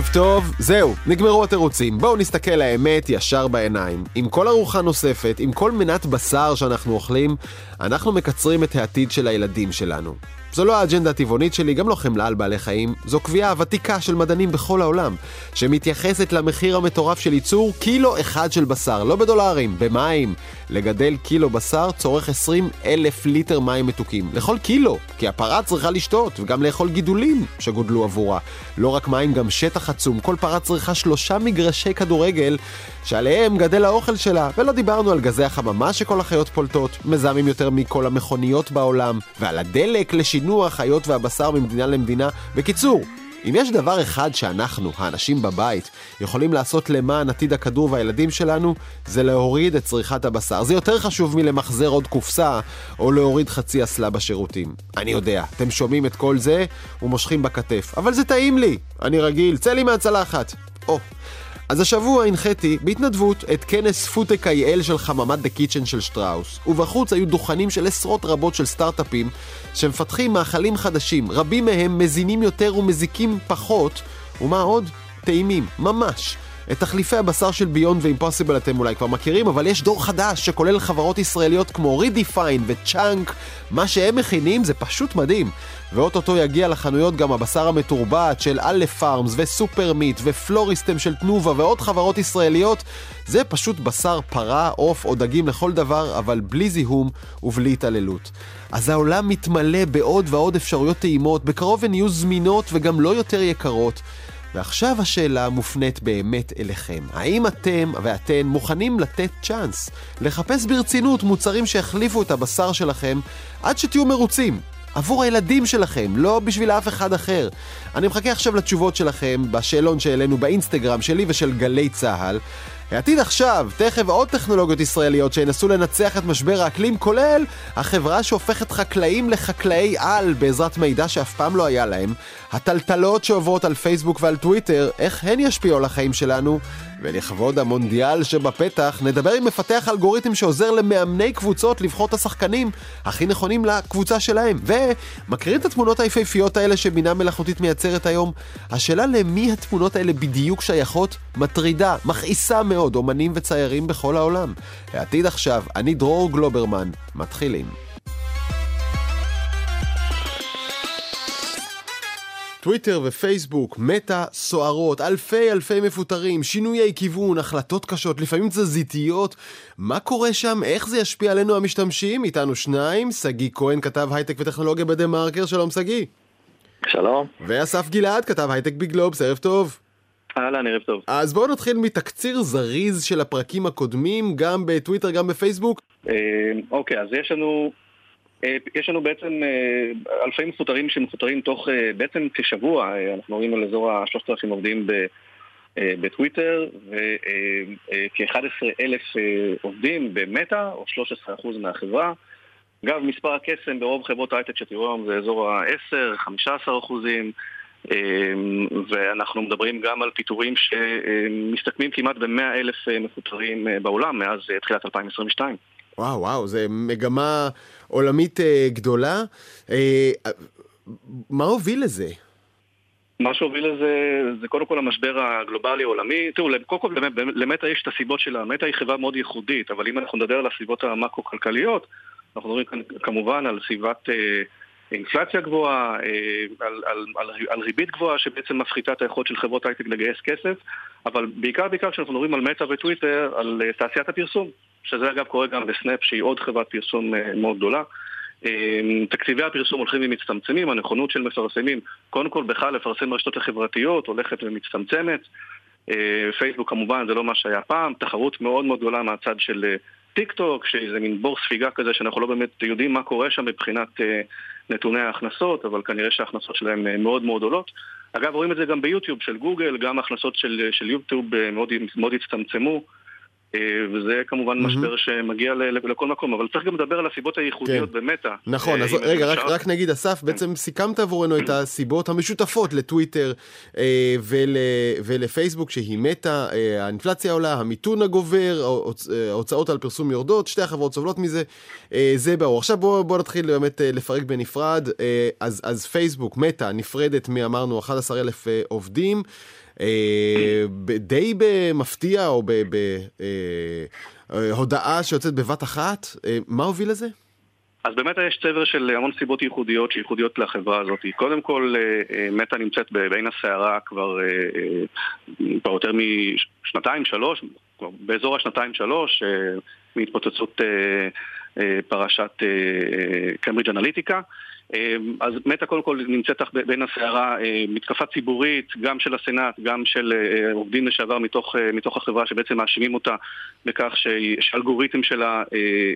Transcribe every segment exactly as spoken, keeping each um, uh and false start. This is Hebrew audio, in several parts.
ערב טוב, זהו, נגמרו התירוצים. בואו נסתכל לאמת ישר בעיניים. עם כל ארוחה נוספת, עם כל מנת בשר שאנחנו אוכלים, אנחנו מקצרים את העתיד של הילדים שלנו. זו לא האג'נדה הטבעונית שלי, גם לא חמלה על בעלי חיים. זו קביעה ותיקה של מדענים בכל העולם, שמתייחסת למחיר המטורף של ייצור קילו אחד של בשר, לא בדולרים, במים. לגדל קילו בשר צורך עשרים אלף ליטר מים מתוקים. לכל קילו, כי הפרה צריכה לשתות, וגם לאכול גידולים שגודלו עבורה. לא רק מים, גם שטח עצום. כל פרה צריכה שלושה מגרשי כדורגל, שעליהם גדל האוכל שלה. ולא דיברנו על גזי החממה שכל החיות פולטות, מזהמים יותר מכל המכוניות בעולם, ועל הדלק לשינוע החיות והבשר ממדינה למדינה. בקיצור, אם יש דבר אחד שאנחנו, האנשים בבית, יכולים לעשות למען עתיד הכדור והילדים שלנו, זה להוריד את צריכת הבשר. זה יותר חשוב מלמחזר עוד קופסה, או להוריד חצי אסלה בשירותים. אני יודע, אתם שומעים את כל זה ומושכים בכתף, אבל זה טעים לי. אני רגיל, צא לי מהצלחת. או, אז השבוע הנחיתי בהתנדבות את כנס פודטק איי אל של חממת דה קיצ'ן של שטראוס, ובחוץ היו דוכנים של עשרות רבות של סטארט-אפים שמפתחים מאכלים חדשים. רבים מהם מזינים יותר ומזיקים פחות, ומה עוד? טעימים, ממש. את תחליפי הבשר של ביונד ואימפוסיבל אתם אולי כבר מכירים, אבל יש דור חדש שכולל חברות ישראליות כמו רידיפיין וצ'אנק. מה שהם מכינים זה פשוט מדהים. ואוטוטו יגיע לחנויות גם הבשר המתורבת של אלף פארמס וסופר מיט ופלוריסטם של תנובה ועוד חברות ישראליות. זה פשוט בשר פרה, עוף או דגים לכל דבר, אבל בלי זיהום ובלי התעללות. אז העולם מתמלא בעוד ועוד אפשרויות טעימות, בקרוב הן יהיו זמינות וגם לא יותר יקרות. ועכשיו השאלה מופנית באמת אליכם. האם אתם ואתן מוכנים לתת צ'אנס? לחפש ברצינות מוצרים שיחליפו את הבשר שלכם עד שתהיו מרוצים? עבור הילדים שלכם, לא בשביל אף אחד אחר. אני מחכה עכשיו לתשובות שלכם בשאלון שהעלינו באינסטגרם שלי ושל גלי צהל. העתיד עכשיו, תכף עוד טכנולוגיות ישראליות שינסו לנצח את משבר האקלים, כולל החברה שהופכת חקלאים לחקלאי על בעזרת מידע שאף פעם לא היה להם, הטלטלות שעוברות על פייסבוק ועל טוויטר, איך הן ישפיעו על החיים שלנו, ולכבוד המונדיאל שבפתח, נדבר עם מפתח אלגוריתם שעוזר למאמני קבוצות לבחור את השחקנים הכי נכונים לקבוצה שלהם. ומקריא את התמונות היפהפיות האלה שבינה מלאכותית מייצרת היום. השאלה למי התמונות האלה בדיוק שייכות מטרידה, מכעיסה מאוד, אומנים וציירים בכל העולם. העתיד עכשיו, אני דרור גלוברמן, מתחילים. טוויטר ופייסבוק, מטה סוערות, אלפי אלפי מפוטרים, שינויי כיוון, החלטות קשות, לפעמים תזזיתיות. מה קורה שם? איך זה ישפיע עלינו המשתמשים? איתנו שניים, סגי כהן, כתב הייטק וטכנולוגיה בדה מרקר. שלום סגי. שלום. ואסף גלעד, כתב הייטק בגלובס. ערב טוב. אהלן, ערב טוב. אז בואו נתחיל מתקציר זריז של הפרקים הקודמים, גם בטוויטר, גם בפייסבוק. אוקיי, אז יש לנו... יש לנו בעצם אלפי מפוטרים שמפוטרים תוך בעצם כשבוע. אנחנו רואים על אזור ה-שלושת אלפים עובדים בטוויטר וכ-אחד עשר אלף עובדים במטה, או שלושה עשר אחוז מהחברה. אגב, מספר הקסם ברוב חברות הייטק שתראו היום זה אזור ה-עשרה, חמישה עשר אחוזים, ואנחנו מדברים גם על פיטורים שמסתכמים כמעט ב-מאה אלף מפוטרים בעולם מאז תחילת אלפיים עשרים ושתיים. וואו, וואו, זה מגמה עולמית אה, גדולה. אה, מה הוביל לזה? מה שהוביל לזה זה קודם כל המשבר הגלובלי העולמי. תראו, קודם כל למטה יש את הסיבות שלה. מטה היא חברה מאוד ייחודית, אבל אם אנחנו נדבר על הסיבות המקרו-כלכליות, אנחנו מדברים כמובן על סביבת אה, אינפלציה גבוהה, אה, על, על, על, על ריבית גבוהה שבעצם מפחיתה את היכולת של חברות הייטק לגייס כסף, אבל בעיקר בעיקר כשאנחנו מדברים על מטה וטוויטר, על אה, תעשיית הפרסום. שזה אגב קורה גם בסנאפ, שהיא עוד חברת פרסום מאוד גדולה. תקציבי הפרסום הולכים ומצטמצמים, הנכונות של מפרסמים, קודם כל בכלל לפרסם ברשתות החברתיות, הולכת ומצטמצמת. פייסבוק כמובן זה לא מה שהיה פעם, תחרות מאוד מאוד גדולה מהצד של טיק טוק, שזה מין בור ספיגה כזה שאנחנו לא באמת יודעים מה קורה שם מבחינת נתוני ההכנסות, אבל כנראה שההכנסות שלהם מאוד מאוד עולות. אגב, רואים את זה גם ביוטיוב של גוגל, גם ההכנסות של, של יוטיוב מאוד, מאוד הצטמצמו. וזה כמובן משבר שמגיע לכל מקום, אבל צריך גם לדבר על הסיבות הייחודיות במטה. נכון, אז רגע, רק נגיד אסף, בעצם סיכמת עבורנו את הסיבות המשותפות לטוויטר ולפייסבוק שהיא מטה, האינפלציה עולה, המיתון הגובר, ההוצאות על פרסום יורדות, שתי החברות סובלות מזה, זה ברור. עכשיו בואו נתחיל באמת לפרק בנפרד. אז פייסבוק, מטה, נפרדת מאמרנו אחד עשר אלף עובדים, די במפתיע או בהודעה שיוצאת בבת אחת, מה הוביל לזה? אז באמת יש צבר של המון סיבות ייחודיות שייחודיות לחברה הזאת. קודם כל, מטה נמצאת בין הסערה כבר, כבר יותר משנתיים, שלוש, באזור השנתיים, שלוש, מהתפוצצות פרשת קיימברידג' אנליטיקה. אז מטה קודם כל נמצאת בין הסערה מתקפה ציבורית, גם של הסנאט, גם של עובדים לשעבר מתוך, מתוך החברה שבעצם מאשימים אותה בכך שהאלגוריתם שלה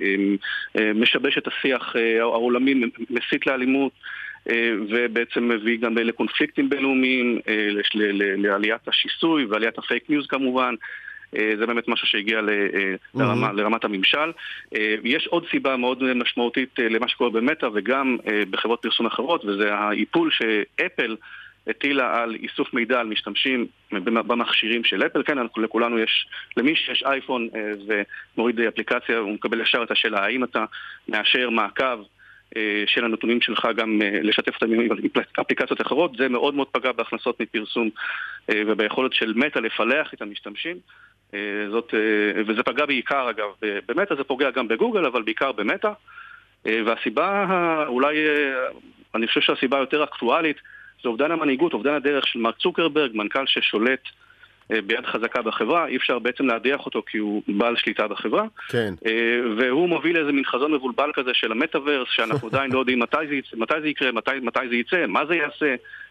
משבש את השיח העולמי, מסית לאלימות, ובעצם מביא גם לקונפליקטים בינלאומיים, לעליית השיסוי ועליית הפייק ניוז כמובן. זה באמת משהו שהגיע לרמה, לרמת הממשל. יש עוד סיבה מאוד משמעותית למה שקורה במטה וגם בחברות פרסום אחרות, וזה האיפול שאפל הטילה על איסוף מידע על משתמשים במכשירים של אפל. כן, לכולנו יש, למי שיש אייפון ומוריד אפליקציה, הוא מקבל ישר את השאלה, האם אתה מאשר מעקב של הנתונים שלך גם לשתף אותם עם אפליקציות אחרות. זה מאוד מאוד פגע בהכנסות מפרסום וביכולת של מטה לפלח את המשתמשים. זאת, וזה פגע בעיקר אגב, במטה זה פוגע גם בגוגל, אבל בעיקר במטה. והסיבה, אולי, אני חושב שהסיבה יותר אקטואלית, זה אובדן המנהיגות, אובדן הדרך של מרק צוקרברג, מנכ"ל ששולט ביד חזקה בחברה, אי אפשר בעצם להדיח אותו כי הוא בעל שליטה בחברה. כן. והוא מוביל איזה מין חזון מבולבל כזה של המטאברס, שאנחנו עדיין לא יודעים מתי זה יצא, מתי זה יקרה, מתי, מתי זה יצא, מה זה יעשה.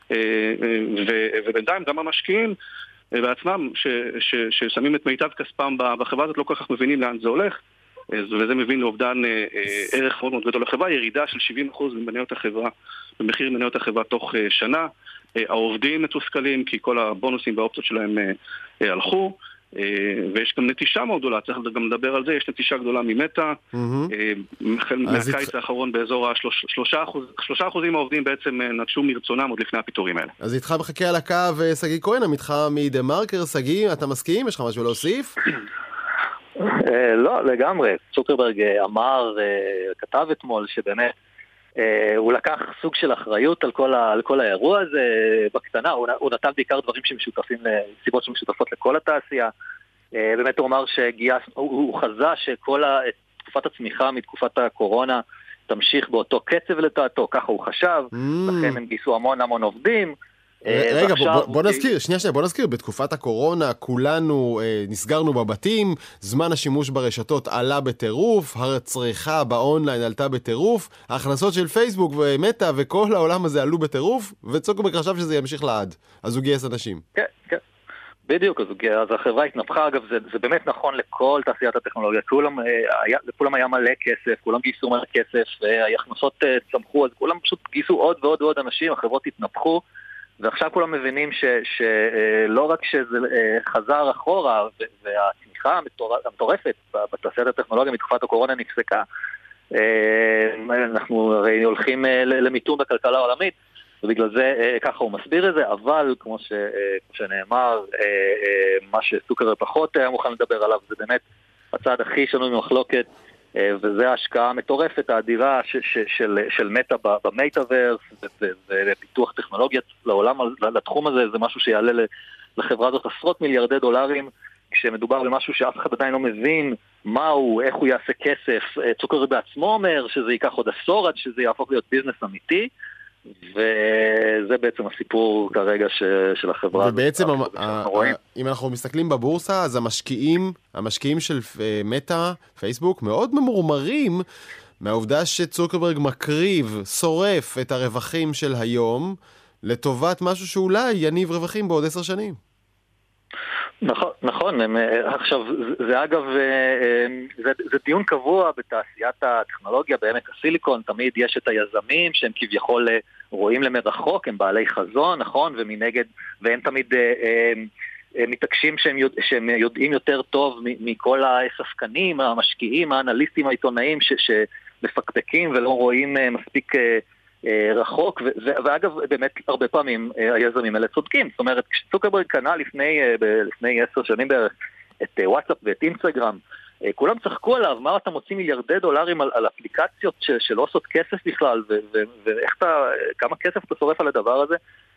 ובינתיים גם המשקיעים בעצמם ש, ש, ששמים את מיטב כספם בחברה הזאת לא כל כך מבינים לאן זה הולך, וזה מבין לאובדן ערך מאוד מאוד גדול לחברה, ירידה של שבעים אחוז במניות החברה, במחיר מניות החברה תוך שנה. העובדים מתוסכלים כי כל הבונוסים והאופציות שלהם הלכו, ויש גם נטישה מאוד גדולה, צריך גם לדבר על זה, יש נטישה גדולה ממטה, מהקיץ האחרון באזור השלושה אחוזים העובדים בעצם נטשו מרצונם עוד לפני הפיטורים האלה. אז איתך מחכה על הקו סגי כהן, עמיתך מדה מרקר. סגי, אתה מסכים? יש לך משהו להוסיף? לא, לגמרי. צוקרברג אמר, כתב אתמול שבאמת הוא לקח סוג של אחריות על כל, ה, על כל האירוע הזה בקטנה, הוא, הוא נתן בעיקר דברים שמשותפים, סיבות שמשותפות לכל התעשייה. באמת הוא אמר שגייס, הוא, הוא חזה שכל ה, תקופת הצמיחה מתקופת הקורונה תמשיך באותו קצב לדעתו, ככה הוא חשב, mm. לכן הם גייסו המון המון עובדים. רגע, בוא, בוא, בוא נזכיר, שנייה שנייה, בוא נזכיר, בתקופת הקורונה כולנו אה, נסגרנו בבתים, זמן השימוש ברשתות עלה בטירוף, הצריכה באונליין עלתה בטירוף, ההכנסות של פייסבוק ומטה וכל העולם הזה עלו בטירוף, וצוקרברג חשב שזה ימשיך לעד, אז הוא גייס אנשים. כן, כן, בדיוק, אז, אז החברה התנפחה, אגב, זה, זה באמת נכון לכל תעשיית הטכנולוגיה, כולם, היה, לכולם היה מלא כסף, כולם גייסו מלא כסף, וההכנסות צמחו, אז כולם פשוט גייסו עוד ועוד ועוד אנשים, החברות התנפחו, ועכשיו כולם מבינים שלא רק שזה חזר אחורה והצמיחה המטורפת בתעשיית הטכנולוגיה מתקופת הקורונה נפסקה, אנחנו הרי הולכים למיתון בכלכלה העולמית, ובגלל זה ככה הוא מסביר את זה, אבל כמו שנאמר, מה שצוקרברג פחות היה מוכן לדבר עליו זה באמת הצעד הכי שנוי ממחלוקת, וזה ההשקעה המטורפת, האדירה ש- ש- של, של מטה במטאברס, ופיתוח טכנולוגיה לעולם, לתחום הזה, זה משהו שיעלה לחברה הזאת עשרות מיליארדי דולרים, כשמדובר במשהו שאף אחד עדיין לא מבין מהו, איך הוא יעשה כסף. צוקרברג בעצמו אומר שזה ייקח עוד עשור עד שזה יהפוך להיות ביזנס אמיתי, וזה בעצם הסיפור כרגע ש, של החברה. ובעצם הזאת, ה- ה- אם אנחנו מסתכלים בבורסה, אז המשקיעים, המשקיעים של מטה, פייסבוק, מאוד ממורמרים מהעובדה שצוקרברג מקריב, שורף את הרווחים של היום, לטובת משהו שאולי יניב רווחים בעוד עשר שנים. נכון, נכון. הם, עכשיו, זה אגב, זה, זה דיון קבוע בתעשיית הטכנולוגיה, בעמק הסיליקון, תמיד יש את היזמים שהם כביכול רואים למרחוק, הם בעלי חזון, נכון, ומנגד, והם תמיד הם, הם מתעקשים שהם, יודע, שהם יודעים יותר טוב מכל הספקנים, המשקיעים, האנליסטים, העיתונאים, ש, שמפקפקים ולא רואים מספיק רחוק, ואגב, באמת הרבה פעמים היזמים האלה צודקים. זאת אומרת, כשצוקרברג קנה לפני, לפני עשר שנים בערך את וואטסאפ ואת אינסטגרם, כולם צחקו עליו, מה אתה מוציא מיליארדי דולרים על, על אפליקציות ש, שלא עושות כסף בכלל, ו, ו, ואיך אתה, כמה כסף אתה שורף על הדבר הזה?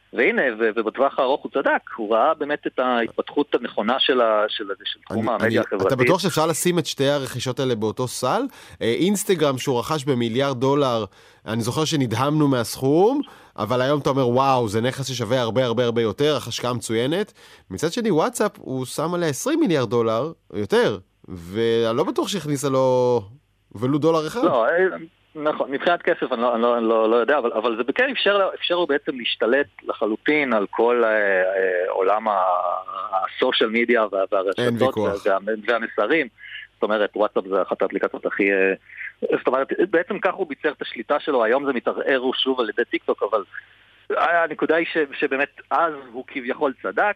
והנה, ובטווח הארוך הוא צדק, הוא ראה באמת את ההתפתחות הנכונה של תחום המדיה החברתית. אתה בטוח שאפשר לשים את שתי הרכישות האלה באותו סל? אינסטגרם שהוא רכש במיליארד דולר, אני זוכר שנדהמנו מהסכום, אבל היום אתה אומר, וואו, זה נכס ששווה הרבה הרבה הרבה יותר, השקעה מצוינת. מצד שני, וואטסאפ הוא שם עליה עשרים מיליארד דולר, יותר, ואני לא בטוח שהכניסה לו ולו דולר אחד. לא, נכון, מבחינת כסף אני לא, אני לא, אני לא, לא יודע, אבל, אבל זה בכן אפשר, אפשר לו בעצם להשתלט לחלוטין על כל אה, אה, עולם הסושיאל מדיה והרשתות וה, והמסרים. זאת אומרת, וואטסאפ זה אחת האפליקציות הכי... אה, זאת אומרת, בעצם כך הוא ביצר את השליטה שלו, היום זה מתערער שוב על ידי טיק טוק, אבל הנקודה היא ש, שבאמת אז הוא כביכול צדק,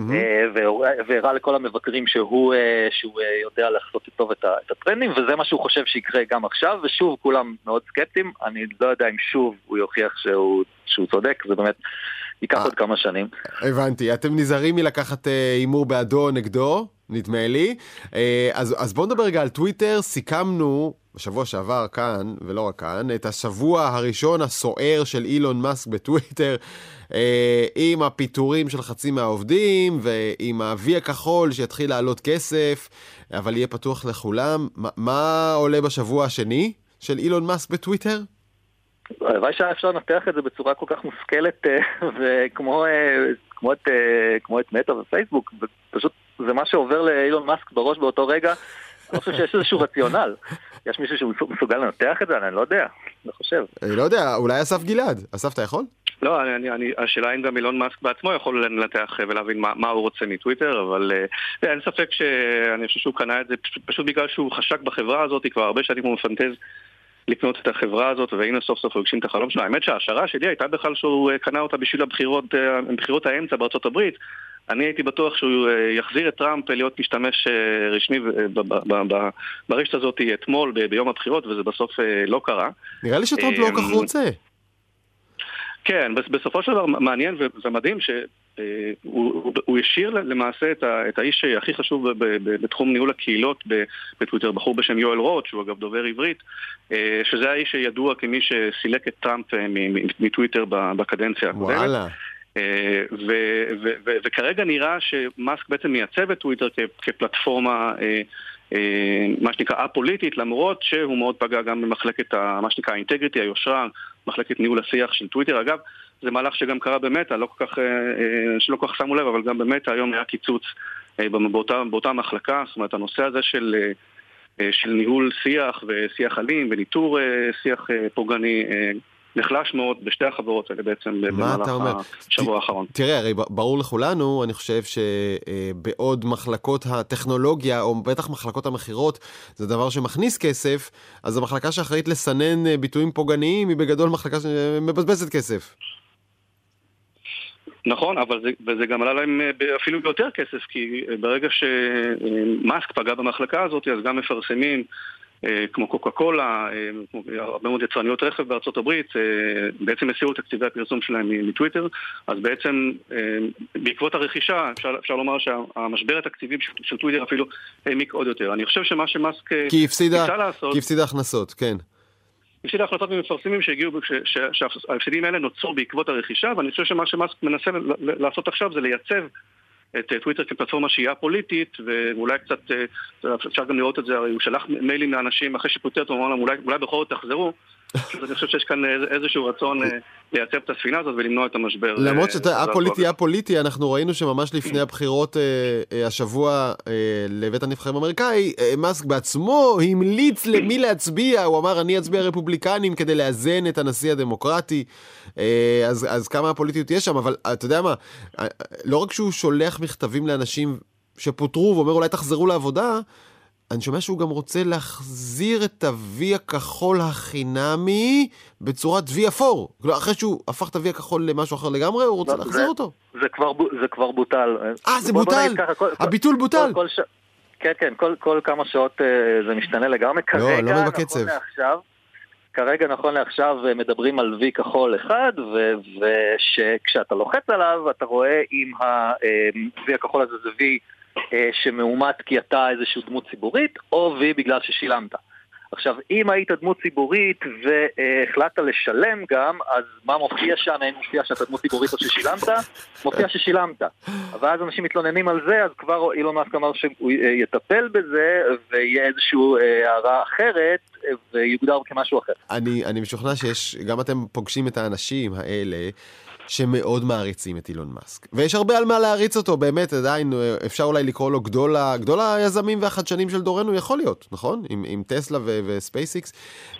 והראה לכל המבקרים שהוא יודע לחצות טוב את הטרנדים, וזה מה שהוא חושב שיקרה גם עכשיו, ושוב כולם מאוד סקפטיים, אני לא יודע אם שוב הוא יוכיח שהוא צודק, זה באמת ייקח עוד כמה שנים. הבנתי, אתם נזהרים מלקחת אימור בעדו או נגדו, נדמה לי, אז בואו נדבר רגע על טוויטר, סיכמנו בשבוע שעבר כאן, ולא רק כאן, את השבוע הראשון הסוער של אילון מאסק בטוויטר, אה, עם הפיטורים של חצי מהעובדים, ועם ה-וי הכחול שיתחיל לעלות כסף, אבל יהיה פתוח לכולם. מה, מה עולה בשבוע השני של אילון מאסק בטוויטר? הלוואי שהיה אפשר לנתח את זה בצורה כל כך מושכלת, וכמו כמו את, כמו את מטה ופייסבוק, פשוט זה מה שעובר לאילון מאסק בראש באותו רגע. אני חושב שיש איזשהו רציונל. יש מישהו שמסוגל לנתח את זה? אני לא יודע, לא חושב. אני לא יודע, אולי אסף גלעד. אסף, אתה יכול? לא, אני, אני, השאלה אם גם אילון מאסק בעצמו יכול לנתח ולהבין מה, מה הוא רוצה מטוויטר, אבל אין ספק שאני חושב שהוא קנה את זה פשוט, פשוט בגלל שהוא חשק בחברה הזאת, כבר הרבה שנים הוא מפנטז לקנות את החברה הזאת, והנה סוף סוף הוא הגשים את החלום שלו. האמת שההשערה שלי הייתה בכלל שהוא קנה אותה בשביל הבחירות, בחירות האמצע בארצות הברית. אני הייתי בטוח שהוא יחזיר את טראמפ להיות משתמש רשמי ברשת הזאת אתמול ביום הבחירות, וזה בסוף לא קרה. נראה לי שטראמפ לא כך רוצה. כן, בסופו של דבר מעניין ומדהים שהוא השאיר למעשה את האיש הכי חשוב בתחום ניהול הקהילות בטוויטר, בחור בשם יואל רוט, שהוא אגב דובר עברית, שזה האיש שידוע כמי שסילק את טראמפ מטוויטר בקדנציה הקודמת. וואלה. וכרגע נראה שמאסק בעצם מייצב את טוויטר כפלטפורמה מה שנקרא א-פוליטית, למרות שהוא מאוד פגע גם במחלקת מה שנקרא האינטגריטי, היושרה, מחלקת ניהול השיח של טוויטר. אגב, זה מהלך שגם קרה במטה, לא כל כך, שלא כל כך שמו לב, אבל גם במטה היום היה קיצוץ באותה, באותה מחלקה. זאת אומרת, הנושא הזה של, של ניהול שיח ושיח אלים וניטור שיח פוגעני נחלש מאוד בשתי החברות האלה בעצם במהלך השבוע האחרון. תראה, הרי ברור לכולנו, אני חושב שבעוד מחלקות הטכנולוגיה, או בטח מחלקות המחירות, זה דבר שמכניס כסף, אז המחלקה שאחראית לסנן ביטויים פוגעניים, היא בגדול מחלקה שמבזבזת כסף. נכון, אבל זה, וזה גם עלה להם אפילו ביותר כסף, כי ברגע שמאסק פגע במחלקה הזאת, אז גם מפרסמים כמו קוקה קולה, הרבה מאוד יצרניות רכב בארצות הברית, בעצם הסירו תקציבי הפרסום שלהם מטוויטר, אז בעצם בעקבות הרכישה אפשר, אפשר לומר שהמשבר התקציבי של טוויטר אפילו העמיק עוד יותר. אני חושב שמה שמאסק כי הפסידה, לעשות, כי הפסידה הכנסות, כן. הפסידה הכנסות ממפרסמים שהגיעו, שההפסידים האלה נוצרו בעקבות הרכישה, ואני חושב שמה שמאסק מנסה לעשות עכשיו זה לייצב את טוויטר כפלטפורמה שהיא פוליטית, ואולי קצת, אפשר גם לראות את זה, הוא שלח מיילים לאנשים אחרי שפוטר, הוא אמר להם, אולי, אולי בכל זאת תחזרו, אז אני חושב שיש כאן איזשהו רצון לייצב את הספינה הזאת ולמנוע את המשבר. למרות שאתה הפוליטי, הפוליטי, אנחנו ראינו שממש לפני הבחירות השבוע לבית הנבחרים האמריקאי, מאסק בעצמו המליץ למי להצביע, הוא אמר, אני אצביע רפובליקנים כדי לאזן את הנשיא הדמוקרטי, אז, אז כמה הפוליטיות יש שם, אבל אתה יודע מה, לא רק שהוא שולח מכתבים לאנשים שפוטרו ואומר אולי תחזרו לעבודה, אני שומע שהוא גם רוצה להחזיר את ה-וי הכחול החינמי בצורת וי אפור. אחרי שהוא הפך את ה-וי הכחול למשהו אחר לגמרי, הוא רוצה להחזיר אותו. זה כבר, זה כבר בוטל. אה, זה בוטל? הביטול בוטל? כן, כן, כל כמה שעות זה משתנה לגמרי. לא, לא מבקצב. כרגע נכון לעכשיו מדברים על וי כחול אחד, ושכשאתה לוחץ עליו, אתה רואה אם ה-וי הכחול הזה זה וי שמאומת כי אתה איזושהי דמות ציבורית, או וי בגלל ששילמת. עכשיו, אם היית דמות ציבורית והחלטת לשלם גם, אז מה מופיע שם? האם מופיע שאתה דמות ציבורית או ששילמת? מופיע ששילמת. ואז אנשים מתלוננים על זה, אז כבר אילון מאסק אמר שהוא יטפל בזה, ויהיה איזושהי הערה אחרת, ויוגדר כמשהו אחר. אני, אני משוכנע שיש, גם אתם פוגשים את האנשים האלה, שמאוד מעריצים את אילון מאסק. ויש הרבה על מה להריץ אותו, באמת, עדיין אפשר אולי לקרוא לו גדול, גדול היזמים והחדשנים של דורנו, יכול להיות, נכון? עם, עם טסלה ו- וספייסיקס.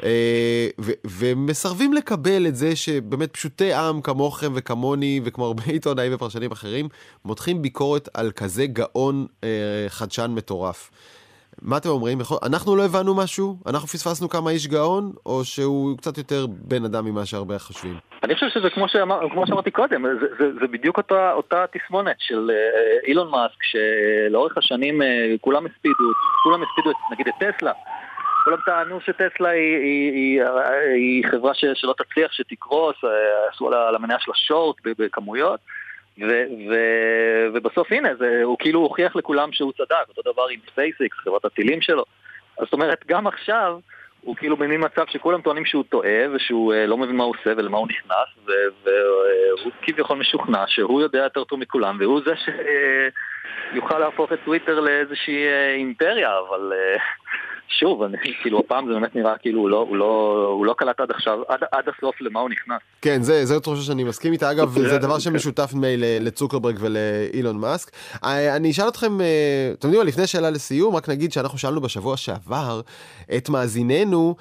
ו- ומסרבים לקבל את זה שבאמת פשוטי עם כמוכם וכמוני, וכמו הרבה עיתונאים ופרשנים אחרים, מותחים ביקורת על כזה גאון חדשן מטורף. מה אתם אומרים? אנחנו לא הבנו משהו? אנחנו פספסנו כמה איש גאון? או שהוא קצת יותר בן אדם ממה שהרבה חושבים? אני חושב שזה כמו, שאמר, כמו שאמרתי קודם, זה, זה, זה בדיוק אותה, אותה תסמונת של אילון מאסק, שלאורך השנים כולם הספידו, כולם הספידו נגיד את טסלה. כולם טענו שטסלה היא, היא, היא, היא חברה ש, שלא תצליח, שתקרוס, עשו על המניה של השורט בכמויות. ו- ו- ובסוף הנה, זה, הוא כאילו הוכיח לכולם שהוא צדק, אותו דבר עם ספייסיקס, חברת הטילים שלו. אז זאת אומרת, גם עכשיו הוא כאילו במין מצב שכולם טוענים שהוא טועה, ושהוא uh, לא מבין מה הוא עושה ולמה הוא נכנס, והוא uh, כביכול משוכנע שהוא יודע יותר טוב מכולם, והוא זה שיוכל uh, להפוך את טוויטר לאיזושהי uh, אימפריה, אבל... Uh, שוב, אני, כאילו, הפעם זה באמת נראה כאילו הוא לא, הוא לא, הוא לא קלט עד עכשיו, עד, עד הסוף למה הוא נכנס. כן, זה, זה תחושה שאני מסכים איתה. אגב, זה דבר שמשותף לצוקרברג ולאילון מאסק. אני אשאל אתכם, אתם יודעים, לפני שאלה לסיום, רק נגיד שאנחנו שאלנו בשבוע שעבר את מאזיננו,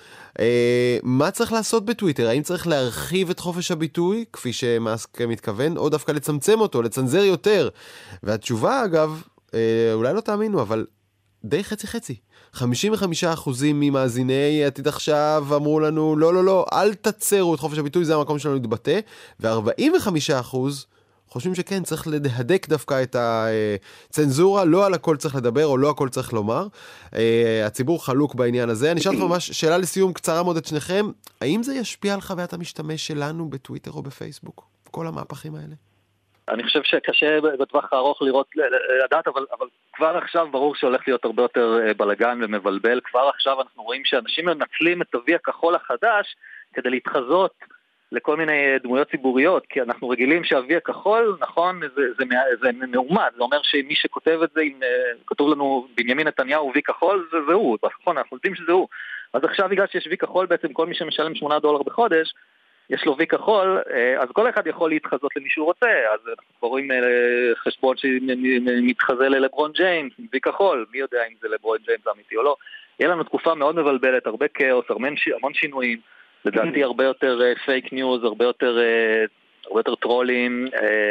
מה צריך לעשות בטוויטר? האם צריך להרחיב את חופש הביטוי, כפי שמאסק מתכוון, או דווקא לצמצם אותו, לצנזר יותר? והתשובה, אגב, אולי לא תאמינו, אבל די חצי חצי. חמישים וחמישה אחוזים ממאזיני עתיד עכשיו אמרו לנו, לא, לא, לא, אל תצרו את חופש הביטוי, זה המקום שלנו להתבטא, ו-ארבעים וחמישה אחוז חושבים שכן, צריך להדק דווקא את הצנזורה, לא על הכל צריך לדבר, או לא הכל צריך לומר. הציבור חלוק בעניין הזה. אני אשאל לך ממש שאלה לסיום קצרה מאוד את שניכם, האם זה ישפיע על חוויית המשתמש שלנו בטוויטר או בפייסבוק? כל המהפכים האלה? אני חושב שקשה בטווח הארוך לראות, לדעת, אבל, אבל כבר עכשיו ברור שהולך להיות הרבה יותר בלגן ומבלבל. כבר עכשיו אנחנו רואים שאנשים מנצלים את אבי הכחול החדש כדי להתחזות לכל מיני דמויות ציבוריות, כי אנחנו רגילים שאבי הכחול, נכון, זה, זה, זה מעומד, זה אומר שמי שכותב את זה, אם כתוב לנו בנימין נתניהו וי כחול, זה, זה הוא, נכון, אנחנו יודעים שזה הוא. אז עכשיו בגלל שיש וי כחול, בעצם כל מי שמשלם שמונה דולר בחודש, יש לו וי כחול, אז כל אחד יכול להתחזות למי שהוא רוצה, אז אנחנו קוראים חשבון שמתחזה ללברון ג'יימס, וי כחול, מי יודע אם זה לברון ג'יימס אמיתי או לא. יהיה לנו תקופה מאוד מבלבלת, הרבה כאוס, המון שינויים, לדעתי הרבה יותר פייק ניוז, הרבה יותר, הרבה יותר טרולים,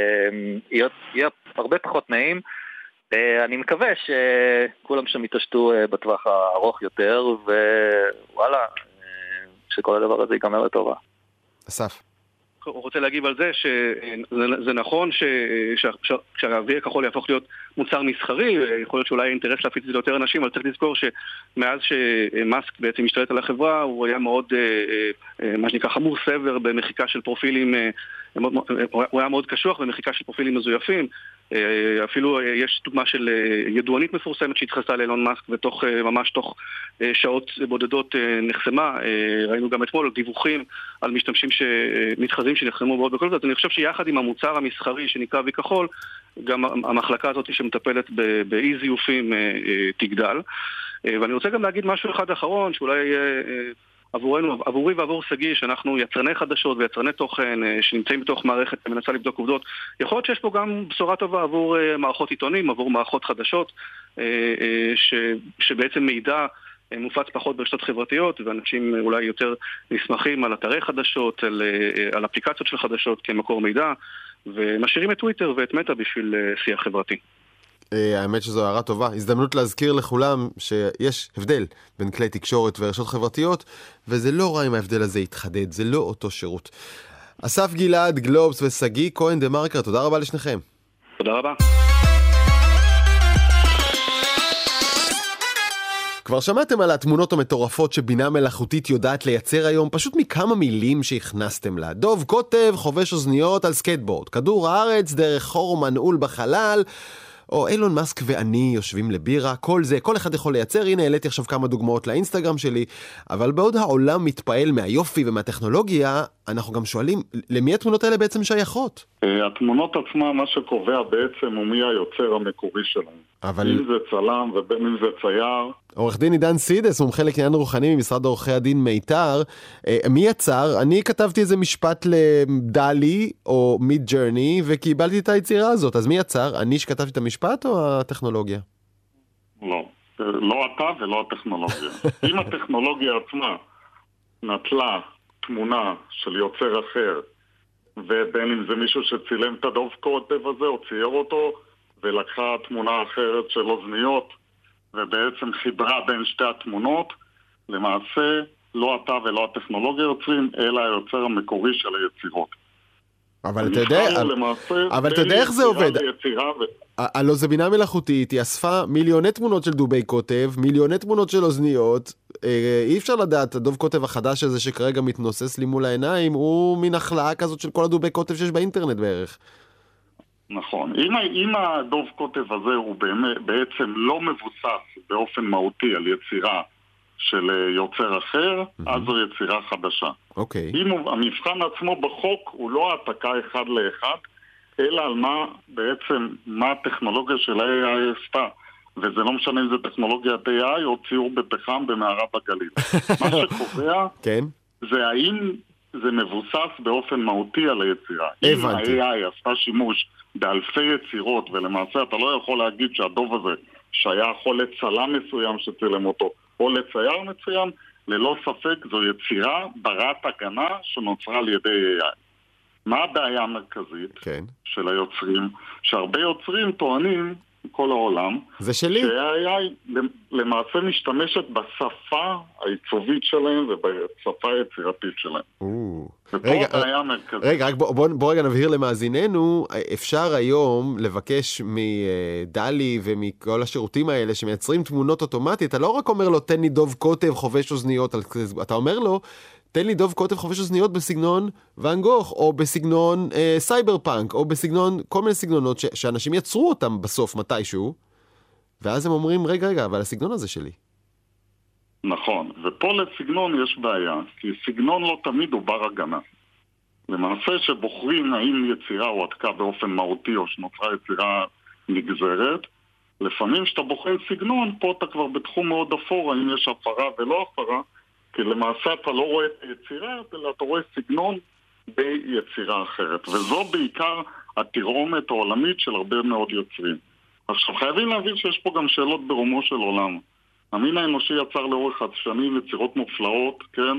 יהיה הרבה פחות נעים. אני מקווה שכולם שם יתעשתו בטווח הארוך יותר, ווואלה, שכל הדבר הזה ייגמר לטובה. אסף. הוא רוצה להגיב על זה שזה נכון שהאבי הכחול יהפוך להיות מוצר מסחרי, יכול להיות שאולי אינטרס להפיץ את זה ליותר אנשים, אבל צריך לזכור שמאז שמאסק בעצם השתלט על החברה, הוא היה מאוד, מה שנקרא, חמור סבר במחיקה של פרופילים, הוא היה מאוד קשוח במחיקה של פרופילים מזויפים. אפילו יש דוגמה של ידוענית מפורסמת שהתחסה לאילון מאסק, ותוך ממש תוך שעות בודדות נחסמה. ראינו גם אתמול דיווחים על משתמשים שמתחזים שנחסמו מאוד בכל זאת. אני חושב שיחד עם המוצר המסחרי שנקרא וי כחול, גם המחלקה הזאת שמטפלת באי זיופים תגדל. ואני רוצה גם להגיד משהו אחד אחרון, שאולי עבורנו, עבורי ועבור סגי, שאנחנו יצרני חדשות ויצרני תוכן שנמצאים בתוך מערכת ומנסה לבדוק עובדות, יכול להיות שיש פה גם בשורה טובה עבור מערכות עיתונים, עבור מערכות חדשות, ש, שבעצם מידע מופץ פחות ברשתות חברתיות, ואנשים אולי יותר נסמכים על אתרי חדשות, על, על אפליקציות של חדשות כמקור מידע, ומשאירים את טוויטר ואת מטא בשביל שיח חברתי. האמת שזו הערה טובה. הזדמנות להזכיר לכולם שיש הבדל בין כלי תקשורת ורשתות חברתיות, וזה לא רע אם ההבדל הזה יתחדד, זה לא אותו שירות. אסף גלעד, גלובס וסגי כהן דה מרקר, תודה רבה לשניכם. תודה רבה. כבר שמעתם על התמונות המטורפות שבינה מלאכותית יודעת לייצר היום פשוט מכמה מילים שהכנסתם לה. דוב כותב חובש אוזניות על סקייטבורד, כדור הארץ דרך חור מנעול בחלל, או אילון מאסק ואני יושבים לבירה, כל זה, כל אחד יכול לייצר, הנה העליתי עכשיו כמה דוגמאות לאינסטגרם שלי, אבל בעוד העולם מתפעל מהיופי ומהטכנולוגיה, אנחנו גם שואלים, למי התמונות האלה בעצם שייכות? התמונות עצמה, מה שקובע בעצם הוא מי היוצר המקורי שלהם. אבל... אם זה צלם ובין אם זה צייר. עורך דין עידן סידס, מומחה לקניין רוחני ממשרד עורכי הדין מיתר. מי יצר? אני כתבתי איזה משפט לדלי או מיד ג'רני וקיבלתי את היצירה הזאת. אז מי יצר? אני שכתבתי את המשפט או הטכנולוגיה? לא. לא אתה ולא הטכנולוגיה. אם הטכנולוגיה עצמה נטלה תמונה של יוצר אחר, ובין אם זה מישהו שצילם את הדוב קוטב הזה או צייר אותו, ולקחה תמונה אחרת של אוזניות, ובעצם חיברה בין שתי התמונות, למעשה לא אתה ולא הטכנולוגיה יוצרים, אלא היוצר המקורי של היצירות. אבל אתה יודע, אבל אתה יודע איך זה עובד. הלא זה בינה מלאכותית, היא אספה מיליוני תמונות של דובי קוטב, מיליוני תמונות של אוזניות, אי אפשר לדעת, הדוב קוטב החדש הזה שכרגע מתנוסס לי מול העיניים, הוא מן החלאה כזאת של כל הדובי קוטב שיש באינטרנט בערך. נכון. אם, אם הדוב קוטב הזה הוא באמת, בעצם לא מבוסס באופן מהותי על יצירה של יוצר אחר, mm-hmm. אז זו יצירה חדשה. אוקיי. אם הוא, המבחן עצמו בחוק הוא לא העתקה אחד לאחד, אלא על מה בעצם, מה הטכנולוגיה של ה-איי איי עשתה. וזה לא משנה אם זה טכנולוגיית איי איי או ציור בפחם במערב הגליל. מה שקובע כן? זה האם זה מבוסס באופן מהותי על היצירה. הבנתי. אם ה-איי איי עשתה שימוש באלפי יצירות, ולמעשה אתה לא יכול להגיד שהדוב הזה שהיה יכול לצלם מסוים שצלם אותו, או לצייר מסוים, ללא ספק זו יצירה ברת הגנה שנוצרה על ידי איי איי. מה הבעיה המרכזית כן. של היוצרים? שהרבה יוצרים טוענים כל העולם, זה שלי. שה-איי איי למעשה משתמשת בשפה העיצובית שלהם ובשפה היצירתית שלהם. ופה הבעיה המרכזית. רגע, רק בוא, בוא, בוא רגע נבהיר למאזיננו, אפשר היום לבקש מדלי ומכל השירותים האלה שמייצרים תמונות אוטומטית, אתה לא רק אומר לו תן לי דוב קוטב חובש אוזניות, אתה אומר לו תן לי דוב קוטב חובש אוזניות בסגנון ואן גוך, או בסגנון אה, סייבר פאנק, או בסגנון, כל מיני סגנונות ש- שאנשים יצרו אותם בסוף מתישהו, ואז הם אומרים, רגע, רגע, אבל הסגנון הזה שלי. נכון, ופה לסגנון יש בעיה, כי סגנון לא תמיד הוא בר הגנה. למעשה שבוחרים האם יצירה הועתקה באופן מהותי, או שנוצרה יצירה נגזרת, לפעמים שאתה בוחר סגנון, פה אתה כבר בתחום מאוד אפור, האם יש הפרה ולא הפרה, כי למעשה אתה לא רואה את היצירה, אלא אתה רואה סגנון ביצירה אחרת. וזו בעיקר התרעומת העולמית של הרבה מאוד יוצרים. עכשיו, חייבים להבין שיש פה גם שאלות ברומו של עולם. המין האנושי יצר לאורך השנים יצירות מופלאות, כן?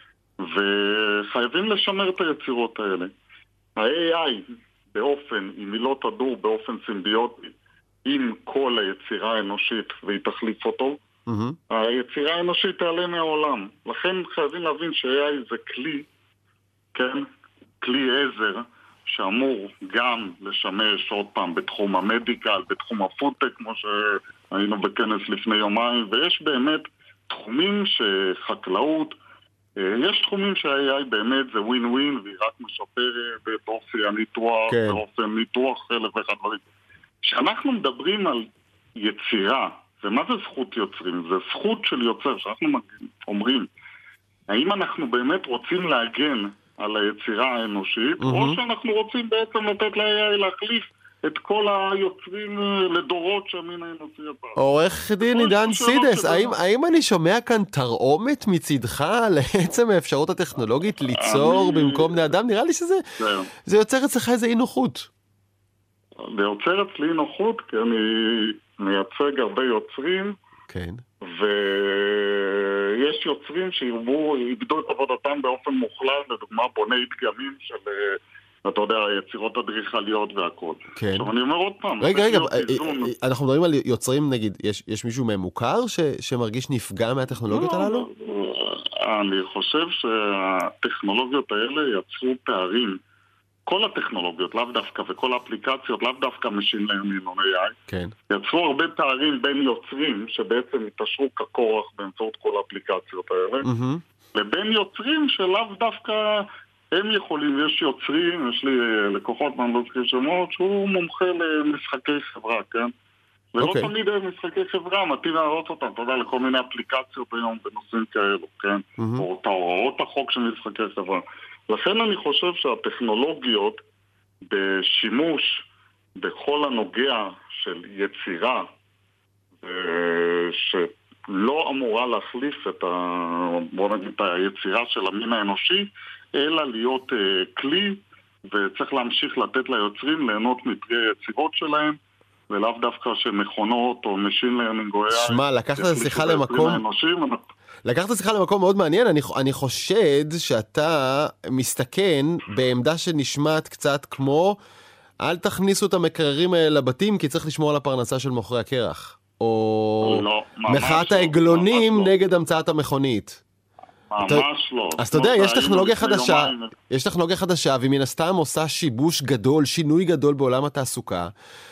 וחייבים לשמר את היצירות האלה. ה-איי איי באופן, אם היא לא תדור באופן סימביוטי עם כל היצירה האנושית והיא תחליף אותו, Mm-hmm. היצירה האנושית תעלה מהעולם. לכן חייבים להבין ש-איי איי זה כלי, כן? כלי עזר שאמור גם לשמש עוד פעם בתחום המדיקל, בתחום הפודטק, כמו שהיינו בכנס לפני יומיים, ויש באמת תחומים שחקלאות, יש תחומים שה-איי איי באמת זה ווין ווין, והיא רק משפרת באופי הניתוח, כן. באופן ניתוח אלף ואחד דברים. כשאנחנו מדברים על יצירה, ומה זה זכות יוצרים? זה זכות של יוצר, שאנחנו אומרים, האם אנחנו באמת רוצים להגן על היצירה האנושית, mm-hmm. או שאנחנו רוצים בעצם לתת ל-איי איי להחליף את כל היוצרים לדורות שהמין האנושי יצר. עורך דין עידן סידס, האם, האם אני שומע כאן תרעומת מצדך לעצם האפשרות הטכנולוגית ליצור אני... במקום בני אדם? נראה לי שזה זה יוצר אצלך איזה אי נוחות. זה יוצר אצלי נוחות, כי אני מייצג הרבה יוצרים, כן. ויש יוצרים שירבו, יגדו את עבודתם באופן מוחלט, לדוגמה בוני דגמים של, אתה יודע, יצירות אדריכליות והכל. כן. עכשיו אני אומר עוד פעם, רגע, רגע, אנחנו מדברים על יוצרים, נגיד, יש, יש מישהו מהם מוכר ש, שמרגיש נפגע מהטכנולוגיות לא, הללו? אני חושב שהטכנולוגיות האלה יצרו פערים, כל הטכנולוגיות, לאו דווקא, וכל האפליקציות, לאו דווקא משין learning או איי איי, כן. יצרו הרבה פערים בין יוצרים, שבעצם התעשרו ככורח באמצעות כל האפליקציות האלה, mm-hmm. לבין יוצרים שלאו דווקא הם יכולים, יש יוצרים, יש לי לקוחות מהנדסקי שמות, שהוא מומחה למשחקי חברה, כן? ולא okay. תמיד משחקי חברה, מתאים להראות אותם, אתה יודע, לכל מיני אפליקציות היום בנושאים כאלו, כן? Mm-hmm. או את ההוראות החוק של משחקי חברה. לכן אני חושב שהטכנולוגיות בשימוש בכל הנוגע של יצירה, שלא אמורה להחליף את ה... בוא נגיד, את היצירה של המין האנושי, אלא להיות uh, כלי, וצריך להמשיך לתת ליוצרים ליהנות מפרי היצירות שלהם, ולאו דווקא שמכונות או משין לרנינג או... שמע, לקחת את השיחה למקום... לקחת את השיחה למקום מאוד מעניין. אני, אני חושד שאתה מסתכן בעמדה שנשמעת קצת כמו אל תכניסו את המקררים האלה לבתים כי צריך לשמור על הפרנסה של מוכרי הקרח. או לא, מחאת העגלונים לא. נגד המצאת המכונית. ממש אתה... לא. אז אתה יודע, יש טכנולוגיה חדשה, יש טכנולוגיה חדשה, והיא מן הסתם עושה שיבוש גדול, שינוי גדול בעולם התעסוקה,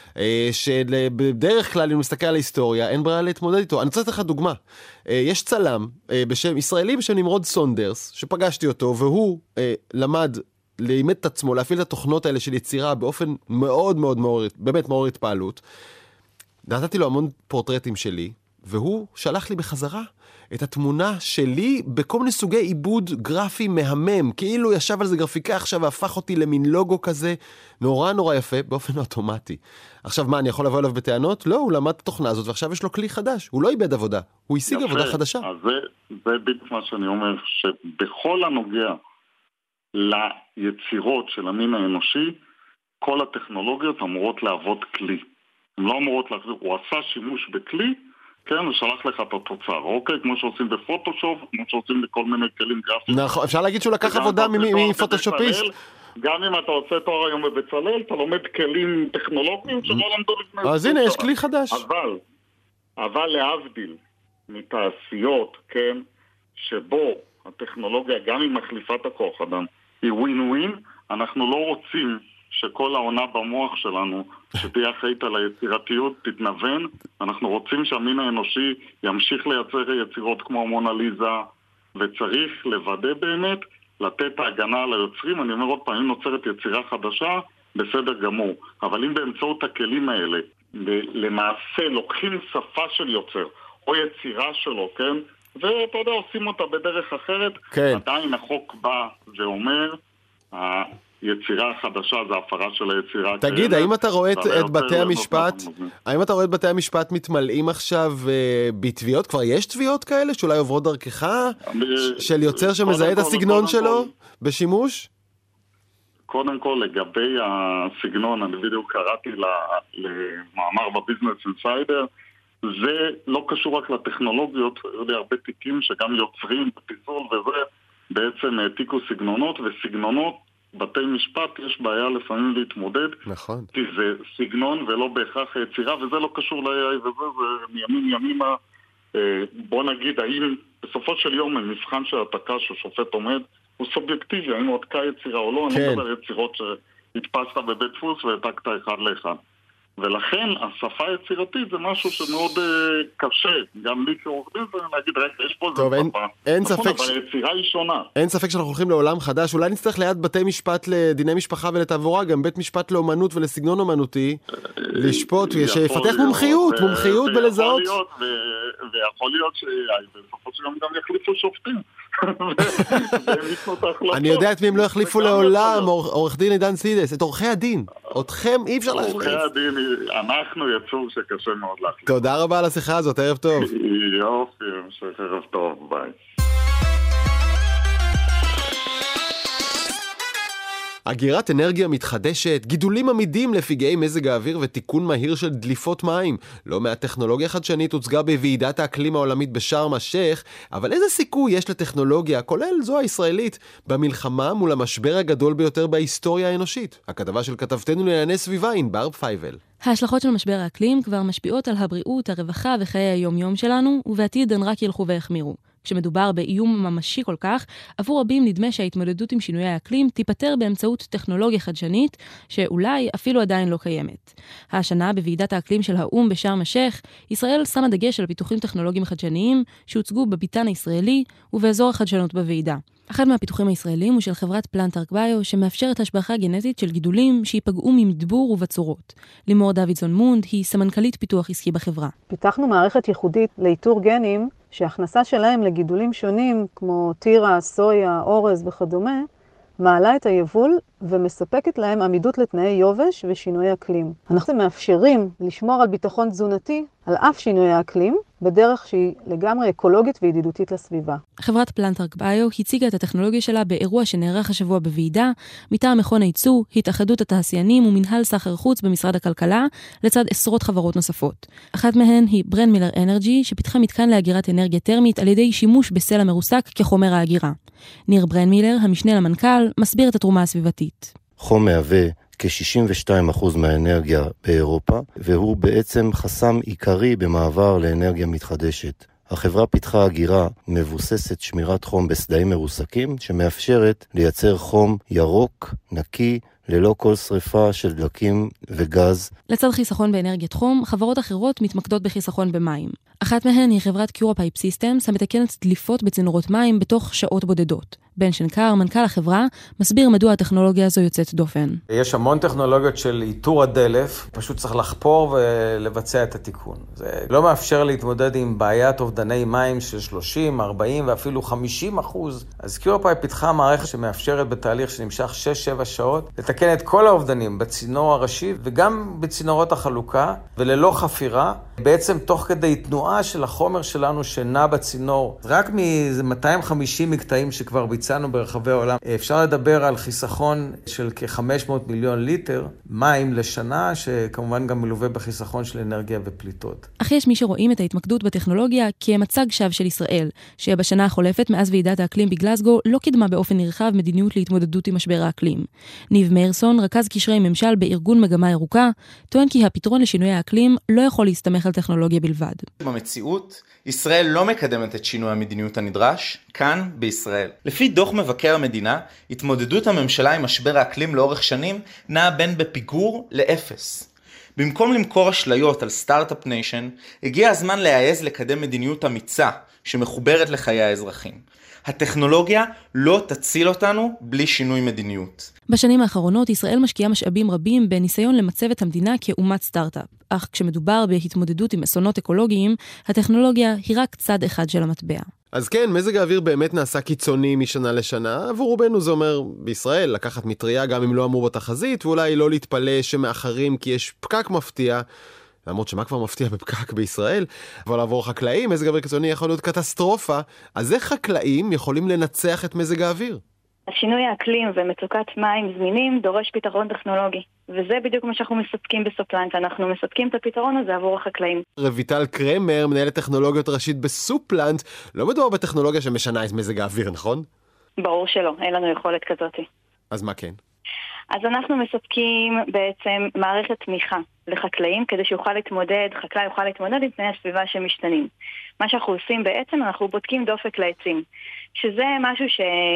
שבדרך כלל, אם מסתכל על ההיסטוריה, אין ברירה להתמודד איתו. אני רוצה לתת לך דוגמה. יש צלם בשם, ישראלי בשם נמרוד סונדרס, שפגשתי אותו, והוא למד, לימד את עצמו, להפעיל את התוכנות האלה של יצירה באופן מאוד מאוד מעורר, באמת מעורר התפעלות. נתתי לו המון פורטרטים שלי, והוא שלח לי בחזרה את התמונה שלי בכל מיני סוגי עיבוד גרפי מהמם, כאילו ישב על זה גרפיקה עכשיו והפך אותי למין לוגו כזה, נורא נורא יפה, באופן אוטומטי. עכשיו מה, אני יכול לבוא אליו בטענות? לא, הוא למד את התוכנה הזאת, ועכשיו יש לו כלי חדש. הוא לא איבד עבודה, הוא השיג יפה. עבודה חדשה. אז זה, זה בדיוק מה שאני אומר, שבכל הנוגע ליצירות של המין האנושי, כל הטכנולוגיות אמורות לעבוד כלי. הן לא אמורות להחזיר, הוא עשה שימוש בכלי, כן, ושלח לך את התוצר, אוקיי? כמו שעושים בפוטושופ, כמו שעושים בכל מיני כלים גרפיים. נכון, אפשר להגיד שהוא לקח עבודה מפוטושופיסט. גם אם אתה עושה תואר היום בבצלאל, אתה לומד כלים טכנולוגיים שלא למדו לפני... אז הנה, יש כלי חדש. אבל, אבל להבדיל מתעשיות, כן, שבו הטכנולוגיה, גם אם מחליפה את הכוח אדם, היא ווין ווין, אנחנו לא רוצים שכל העונה במוח שלנו, שתהיה אחראית על היצירתיות, תתנוון. אנחנו רוצים שהמין האנושי ימשיך לייצר יצירות כמו מונליזה, וצריך לוודא באמת, לתת ההגנה על היוצרים. אני אומר עוד פעם, אם נוצרת יצירה חדשה, בסדר גמור. אבל אם באמצעות הכלים האלה, למעשה לוקחים שפה של יוצר, או יצירה שלו, כן? ואתה יודע, עושים אותה בדרך אחרת, כן. עדיין החוק בא ואומר, יצירה חדשה זה הפרה של היצירה. תגיד, האם אתה רואה את, את בתי המשפט, האם אתה רואה את בתי המשפט מתמלאים עכשיו uh, בתביעות? כבר יש תביעות כאלה שאולי עוברות דרכך? של יוצר שמזהה את הסגנון שלו בשימוש? קודם כל, לגבי הסגנון, אני בדיוק קראתי למאמר בביזנס אינסיידר, זה לא קשור רק לטכנולוגיות, יש לי הרבה תיקים שגם יוצרים בפיזול וזה, בעצם העתיקו סגנונות, וסגנונות בתי משפט יש בעיה לפעמים להתמודד. נכון. כי זה סגנון ולא בהכרח יצירה, וזה לא קשור ל-איי איי וזה, זה מימים ימימה. בוא נגיד, האם בסופו של יום המבחן של התקה ששופט עומד, הוא סובייקטיבי, האם הוא התקה יצירה או לא, כן. אני מדבר יצירות שהתפסת בבית דפוס והעתקת אחד לאחד. ולכן השפה היצירתית זה משהו שמאוד uh, קשה, גם לי כעורך דין, ולהגיד, רגע, יש פה טוב, איזה אין, שפה. אין נכון, ספק אבל ש... היצירה היא שונה. אין ספק שאנחנו הולכים לעולם חדש, אולי נצטרך ליד בתי משפט לדיני משפחה ולתעבורה, גם בית משפט לאומנות ולסגנון אומנותי, לשפוט, שיפתח מומחיות, ו... מומחיות בלזהות. ו... ויכול להיות שבסופו של יום גם יחליפו שופטים. אני יודע את מי הם לא יחליפו לעולם, עורך דין עידן סידס, את עורכי הדין. אתכם אי אפשר להחליף. עורכי הדין, אנחנו יצור שקשה מאוד להחליף. תודה רבה על השיחה הזאת, ערב טוב. יופי, ערב טוב, ביי. אגירת אנרגיה מתחדשת, גידולים עמידים לפגעי מזג האוויר ותיקון מהיר של דליפות מים. לא מעט טכנולוגיה חדשנית הוצגה בוועידת האקלים העולמית בשארם א-שייח, אבל איזה סיכוי יש לטכנולוגיה, כולל זו הישראלית, במלחמה מול המשבר הגדול ביותר בהיסטוריה האנושית? הכתבה של כתבתנו לענייני סביבה, ענבר פייבל. ההשלכות של משבר האקלים כבר משפיעות על הבריאות, הרווחה וחיי היום-יום שלנו, ובעתיד הן רק ילכו והחמירו. כשמדובר באיום ממשי כל כך, עבור רבים נדמה שההתמודדות עם שינויי האקלים תיפטר באמצעות טכנולוגיה חדשנית, שאולי אפילו עדיין לא קיימת. השנה, בוועידת האקלים של האום בשארם א-שייח, ישראל שמה דגש על פיתוחים טכנולוגיים חדשניים שהוצגו בביתן הישראלי ובאזור החדשנות בוועידה. אחד מהפיתוחים הישראלים הוא של חברת פלנטארק ביו, שמאפשרת השבחה גנטית של גידולים שיפגעו ממדבור ובצורות. לימור דוידסון מונד היא סמנכ"לית פיתוח עסקי בחברה. פיתחנו מערכת ייחודית לאיתור גנים, שההכנסה שלהם לגידולים שונים, כמו טירה, סויה, אורז וכדומה, מעלה את היבול ומספקת להם עמידות לתנאי יובש ושינוי אקלים. אנחנו מאפשרים לשמור על ביטחון תזונתי על אף שינוי האקלים, בדרך שהיא לגמרי אקולוגית וידידותית לסביבה. חברת פלנטארק ביו הציגה את הטכנולוגיה שלה באירוע שנערך השבוע בוועידה, מטעם מכון הייצוא, התאחדות התעשיינים ומנהל סחר חוץ במשרד הכלכלה, לצד עשרות חברות נוספות. אחת מהן היא ברנמילר אנרג'י, שפיתחה מתקן לאגירת אנרגיה טרמית על ידי שימוש בסלע מרוסק כחומר האגירה. ניר ברנמילר, המשנה למנכ"ל, מסביר את התרומה הסביבתית. חום מהווה כ-שישים ושתיים אחוז מהאנרגיה באירופה, והוא בעצם חסם עיקרי במעבר לאנרגיה מתחדשת. החברה פיתחה אגירה מבוססת שמירת חום בסדעים מרוסקים, שמאפשרת לייצר חום ירוק, נקי, ללא כל שריפה של דלקים וגז. לצד חיסכון באנרגיית חום, חברות אחרות מתמקדות בחיסכון במים. אחת מהן היא חברת קיורופייפ סיסטמס, המתקנת דליפות בצינורות מים בתוך שעות בודדות. בן שנקר, מנכ"ל החברה, מסביר מדוע הטכנולוגיה הזו יוצאת דופן. יש המון טכנולוגיות של איתור הדלף, פשוט צריך לחפור ולבצע את התיקון. זה לא מאפשר להתמודד עם בעיית אובדני מים של שלושים, ארבעים ואפילו חמישים אחוז. אז קיורופייפ פיתחה מערכת שמאפשרת בתהליך שנמשך שש שבע שעות, לתקן את כל האובדנים בצינור הראשי וגם בצינורות החלוקה, וללא חפירה, בעצם תוך כדי תנועה של החומר שלנו שנע בצינור. רק מ-מאתיים וחמישים מקטעים שכבר ביצענו ברחבי העולם, אפשר לדבר על חיסכון של כ-חמש מאות מיליון ליטר מים לשנה, שכמובן גם מלווה בחיסכון של אנרגיה ופליטות. אך יש מי שרואים את ההתמקדות בטכנולוגיה כמצג שווא של ישראל, שבשנה החולפת מאז ועידת האקלים בגלזגו לא קידמה באופן נרחב מדיניות להתמודדות עם משבר האקלים. ניב מיירסון, רכז קשרי ממשל בארגון מגמה ירוקה, טוען כי הפתרון לשינוי האקלים לא יכול להסתמך על טכנולוגיה בלבד. במציאות, ישראל לא מקדמת את שינוי המדיניות הנדרש, כאן בישראל. לפי דוח מבקר המדינה, התמודדות הממשלה עם משבר האקלים לאורך שנים נעה בין בפיגור לאפס. במקום למכור אשליות על סטארט-אפ ניישן, הגיע הזמן להעז לקדם מדיניות אמיצה שמחוברת לחיי האזרחים. הטכנולוגיה לא תציל אותנו בלי שינוי מדיניות. בשנים האחרונות ישראל משקיעה משאבים רבים בניסיון למצב את המדינה כאומת סטארט-אפ. אך כשמדובר בהתמודדות עם אסונות אקולוגיים, הטכנולוגיה היא רק צד אחד של המטבע. אז כן, מזג האוויר באמת נעשה קיצוני משנה לשנה, עבור רובנו זה אומר בישראל לקחת מטריה גם אם לא אמור בתחזית, ואולי לא להתפלא שמאחרים כי יש פקק מפתיע, למרות שמה כבר מפתיע בפקק בישראל, אבל עבור חקלאים מזג האוויר קיצוני יכול להיות קטסטרופה, אז איך חקלאים יכולים לנצח את מזג האוויר? השינוי האקלים ומצוקת מים זמינים דורש פתרון טכנולוגי, וזה בדיוק מה שאנחנו מספקים בסופלנט, אנחנו מספקים את הפתרון הזה עבור החקלאים. רויטל קרמר, מנהלת טכנולוגיות ראשית בסופלנט, לא מדובר בטכנולוגיה שמשנה את מזג האוויר, נכון? ברור שלא, אין לנו יכולת כזאת. אז מה כן? אז אנחנו מספקים בעצם מערכת תמיכה לחקלאים, כדי שיוכל להתמודד, חקלאי יוכל להתמודד עם תנאי הסביבה שמשתנים. מה שאנחנו עושים בעצם, אנחנו בודקים דופק לעצים, שזה משהו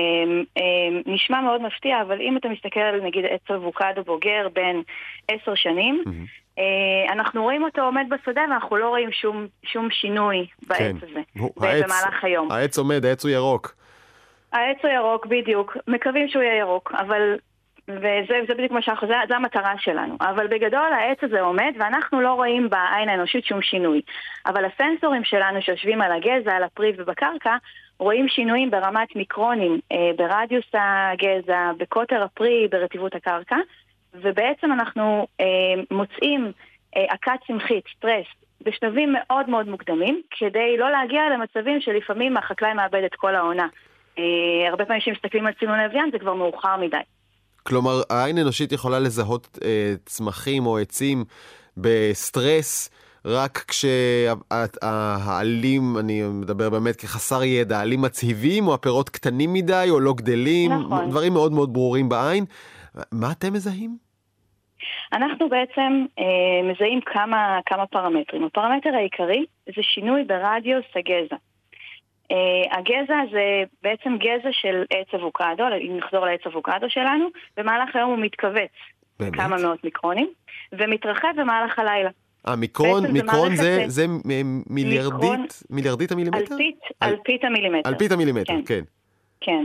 שנשמע מאוד מפתיע, אבל אם אתה מסתכל על נגיד עץ אבוקדו בוגר בין עשר שנים, mm-hmm. אנחנו רואים אותו עומד בשדה, ואנחנו לא רואים שום, שום שינוי בעץ כן. הזה, העץ, במהלך היום. העץ עומד, העץ הוא ירוק. העץ הוא ירוק, בדיוק. מקווים שהוא יהיה ירוק, אבל... וזה זה בדיוק מה שאנחנו, זה, זה המטרה שלנו. אבל בגדול העץ הזה עומד, ואנחנו לא רואים בעין האנושית שום שינוי. אבל הסנסורים שלנו שיושבים על הגזע, על הפרי ובקרקע, רואים שינויים ברמת מיקרונים, אה, ברדיוס הגזע, בקוטר הפרי, ברטיבות הקרקע, ובעצם אנחנו אה, מוצאים אה, עקת צמחית, סטרס, בשלבים מאוד מאוד מוקדמים, כדי לא להגיע למצבים שלפעמים החקלאי מאבד את כל העונה. אה, הרבה פעמים שמסתכלים על צינון לוויין, זה כבר מאוחר מדי. כלומר, העין האנושית יכולה לזהות אה, צמחים או עצים בסטרס, רק כשהעלים, אני מדבר באמת כחסר ידע, העלים מצהיבים או הפירות קטנים מדי או לא גדלים, נכון. דברים מאוד מאוד ברורים בעין. מה אתם מזהים? אנחנו בעצם אה, מזהים כמה, כמה פרמטרים. הפרמטר העיקרי זה שינוי ברדיוס הגזע. הגזע זה בעצם גזע של עץ אבוקדו, אם נחזור לעץ אבוקדו שלנו, במהלך היום הוא מתכווץ כמה מאות מיקרונים, ומתרחב במהלך הלילה. המיקרון, מיקרון זה, זה מיליארדית, מיליארדית המילימטר? אלפית, אלפית המילימטר. אלפית המילימטר, כן. כן.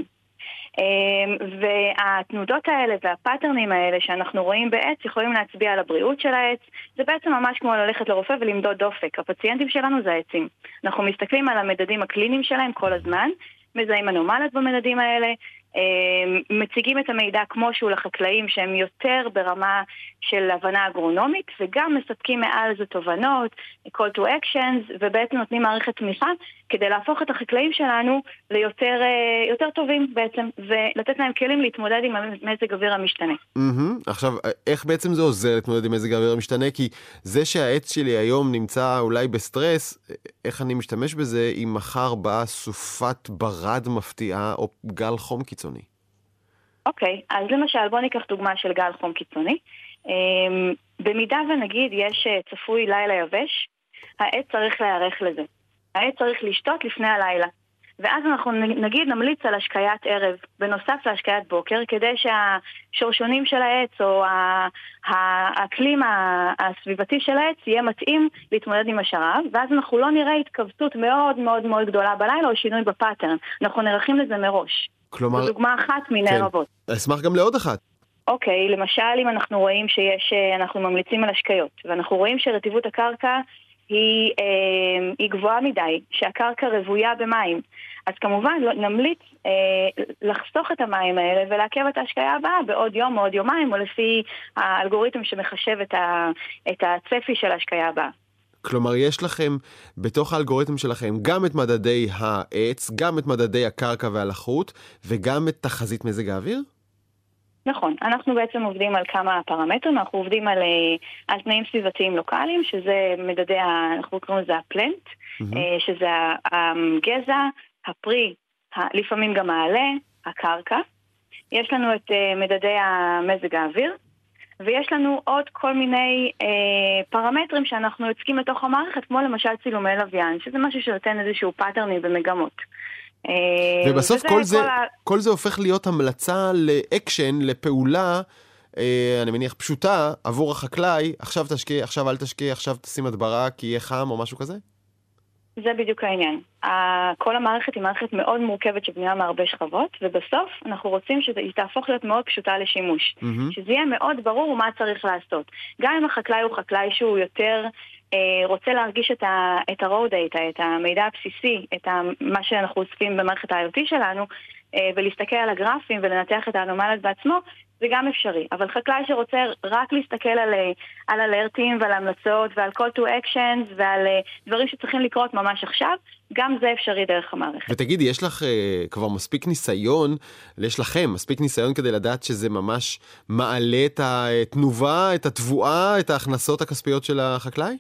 והתנודות האלה והפאטרנים האלה שאנחנו רואים בעץ יכולים להצביע על הבריאות של העץ. זה בעצם ממש כמו ללכת לרופא ולמדוד דופק. הפציינטים שלנו זה העצים. אנחנו מסתכלים על המדדים הקליניים שלהם כל הזמן, מזהים אנומליות במדדים האלה, מציגים את המידע כמו שהוא לחקלאים שהם יותר ברמה של הבנה אגרונומית, וגם מספקים מעל זה תובנות, call to actions, ובעצם נותנים מערכת תמיכה כדי להפוך את החקלאים שלנו ליותר יותר טובים בעצם, ולתת להם כלים להתמודד עם מזג אוויר המשתנה. Mm-hmm. עכשיו, איך בעצם זה עוזר להתמודד עם מזג האוויר המשתנה? כי זה שהעץ שלי היום נמצא אולי בסטרס, איך אני משתמש בזה אם מחר באה סופת ברד מפתיעה או גל חום קיצוני? אוקיי, okay, אז למשל בוא ניקח דוגמה של גל חום קיצוני. במידה ונגיד יש צפוי לילה יבש, העץ צריך להיערך לזה. העץ צריך לשתות לפני הלילה. ואז אנחנו נגיד נמליץ על השקיית ערב, בנוסף להשקיית בוקר, כדי שהשורשונים של העץ או האקלים הסביבתי של העץ יהיה מתאים להתמודד עם השרב, ואז אנחנו לא נראה התכווצות מאוד מאוד מאוד גדולה בלילה או שינוי בפאטרן. אנחנו נערכים לזה מראש. כלומר... זו דוגמה אחת מיני כן. רבות. אשמח גם לעוד אחת. אוקיי, למשל אם אנחנו רואים שיש, אנחנו ממליצים על השקיות, ואנחנו רואים שרטיבות הקרקע היא, אה, היא גבוהה מדי, שהקרקע רבויה במים. אז כמובן נמליץ אה, לחסוך את המים האלה ולעכב את ההשקיה הבאה בעוד יום או עוד יומיים, או לפי האלגוריתם שמחשב את, ה, את הצפי של ההשקיה הבאה. כלומר, יש לכם בתוך האלגוריתם שלכם גם את מדדי העץ, גם את מדדי הקרקע והלחות, וגם את תחזית מזג האוויר? נכון, אנחנו בעצם עובדים על כמה פרמטרים, אנחנו עובדים על, על תנאים סביבתיים לוקליים, שזה מדדי, אנחנו קוראים לזה הפלנט, mm-hmm. שזה הגזע, הפרי, לפעמים גם העלה, הקרקע. יש לנו את מדדי המזג האוויר, ויש לנו עוד כל מיני אה, פרמטרים שאנחנו יוצקים לתוך המערכת, כמו למשל צילומי לוויין, שזה משהו שנותן איזשהו פאטרני במגמות. אה, ובסוף כל זה, כל, ה... כל זה הופך להיות המלצה לאקשן, לפעולה, אה, אני מניח פשוטה, עבור החקלאי, עכשיו תשקיע, עכשיו אל תשקיע, עכשיו תשים הדברה כי יהיה חם או משהו כזה? זה בדיוק העניין. כל המערכת היא מערכת מאוד מורכבת שבנויה מהרבה שכבות, ובסוף אנחנו רוצים שהיא תהפוך להיות מאוד פשוטה לשימוש. Mm-hmm. שזה יהיה מאוד ברור מה צריך לעשות. גם אם החקלאי הוא חקלאי שהוא יותר אה, רוצה להרגיש את ה, את ה-raw data, את המידע הבסיסי, את ה, מה שאנחנו אוספים במערכת ה-איי או טי שלנו, אה, ולהסתכל על הגרפים ולנתח את האנומליות בעצמו, זה גם אפשרי. אבל חקלאי שרוצה רק להסתכל על, על אלרטים ועל המלצות ועל call to actions ועל דברים שצריכים לקרות ממש עכשיו, גם זה אפשרי דרך המערכת. ותגידי, יש לך uh, כבר מספיק ניסיון, יש לכם מספיק ניסיון כדי לדעת שזה ממש מעלה את התנובה, את התבואה, את ההכנסות הכספיות של החקלאי?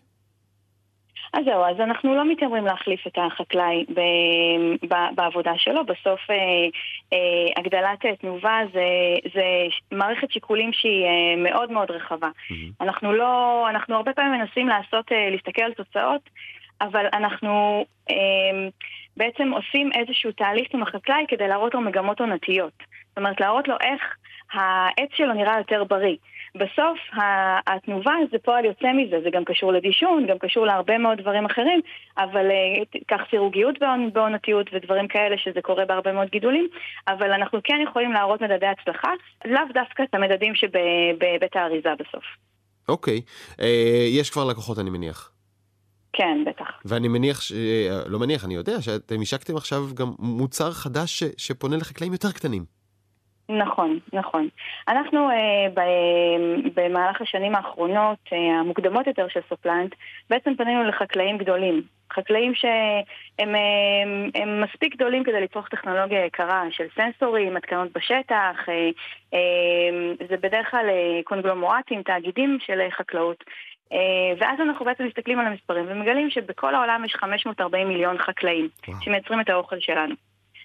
אז זהו, אז אנחנו לא מתיימרים להחליף את החקלאי ב- ב- בעבודה שלו. בסוף אה, אה, הגדלת תנובה זה, זה מערכת שיקולים שהיא אה, מאוד מאוד רחבה. Mm-hmm. אנחנו לא, אנחנו הרבה פעמים מנסים לעשות, אה, להסתכל על תוצאות, אבל אנחנו אה, בעצם עושים איזשהו תהליך עם החקלאי כדי להראות לו מגמות עונתיות. זאת אומרת, להראות לו איך העץ שלו נראה יותר בריא. בסוף התנובה זה פועל יוצא מזה, זה גם קשור לדישון, גם קשור להרבה מאוד דברים אחרים, אבל כך סירוגיות בעונתיות ודברים כאלה שזה קורה בהרבה מאוד גידולים, אבל אנחנו כן יכולים להראות מדדי הצלחה, לאו דווקא את המדדים שבבית האריזה בסוף. אוקיי, יש כבר לקוחות אני מניח. כן, בטח. ואני מניח, ש... לא מניח, אני יודע שאתם השקתם עכשיו גם מוצר חדש ש... שפונה לחקלאים יותר קטנים. נכון, נכון. אנחנו אה, ב- במהלך השנים האחרונות, אה, המוקדמות יותר של סופלנט, בעצם פנינו לחקלאים גדולים. חקלאים שהם הם, הם מספיק גדולים כדי לצרוך טכנולוגיה יקרה של סנסורים, התקנות בשטח, אה, אה, זה בדרך כלל קונגלומורטים, תאגידים של חקלאות. Uh, ואז אנחנו בעצם מסתכלים על המספרים ומגלים שבכל העולם יש חמש מאות וארבעים מיליון חקלאים wow. שמייצרים את האוכל שלנו.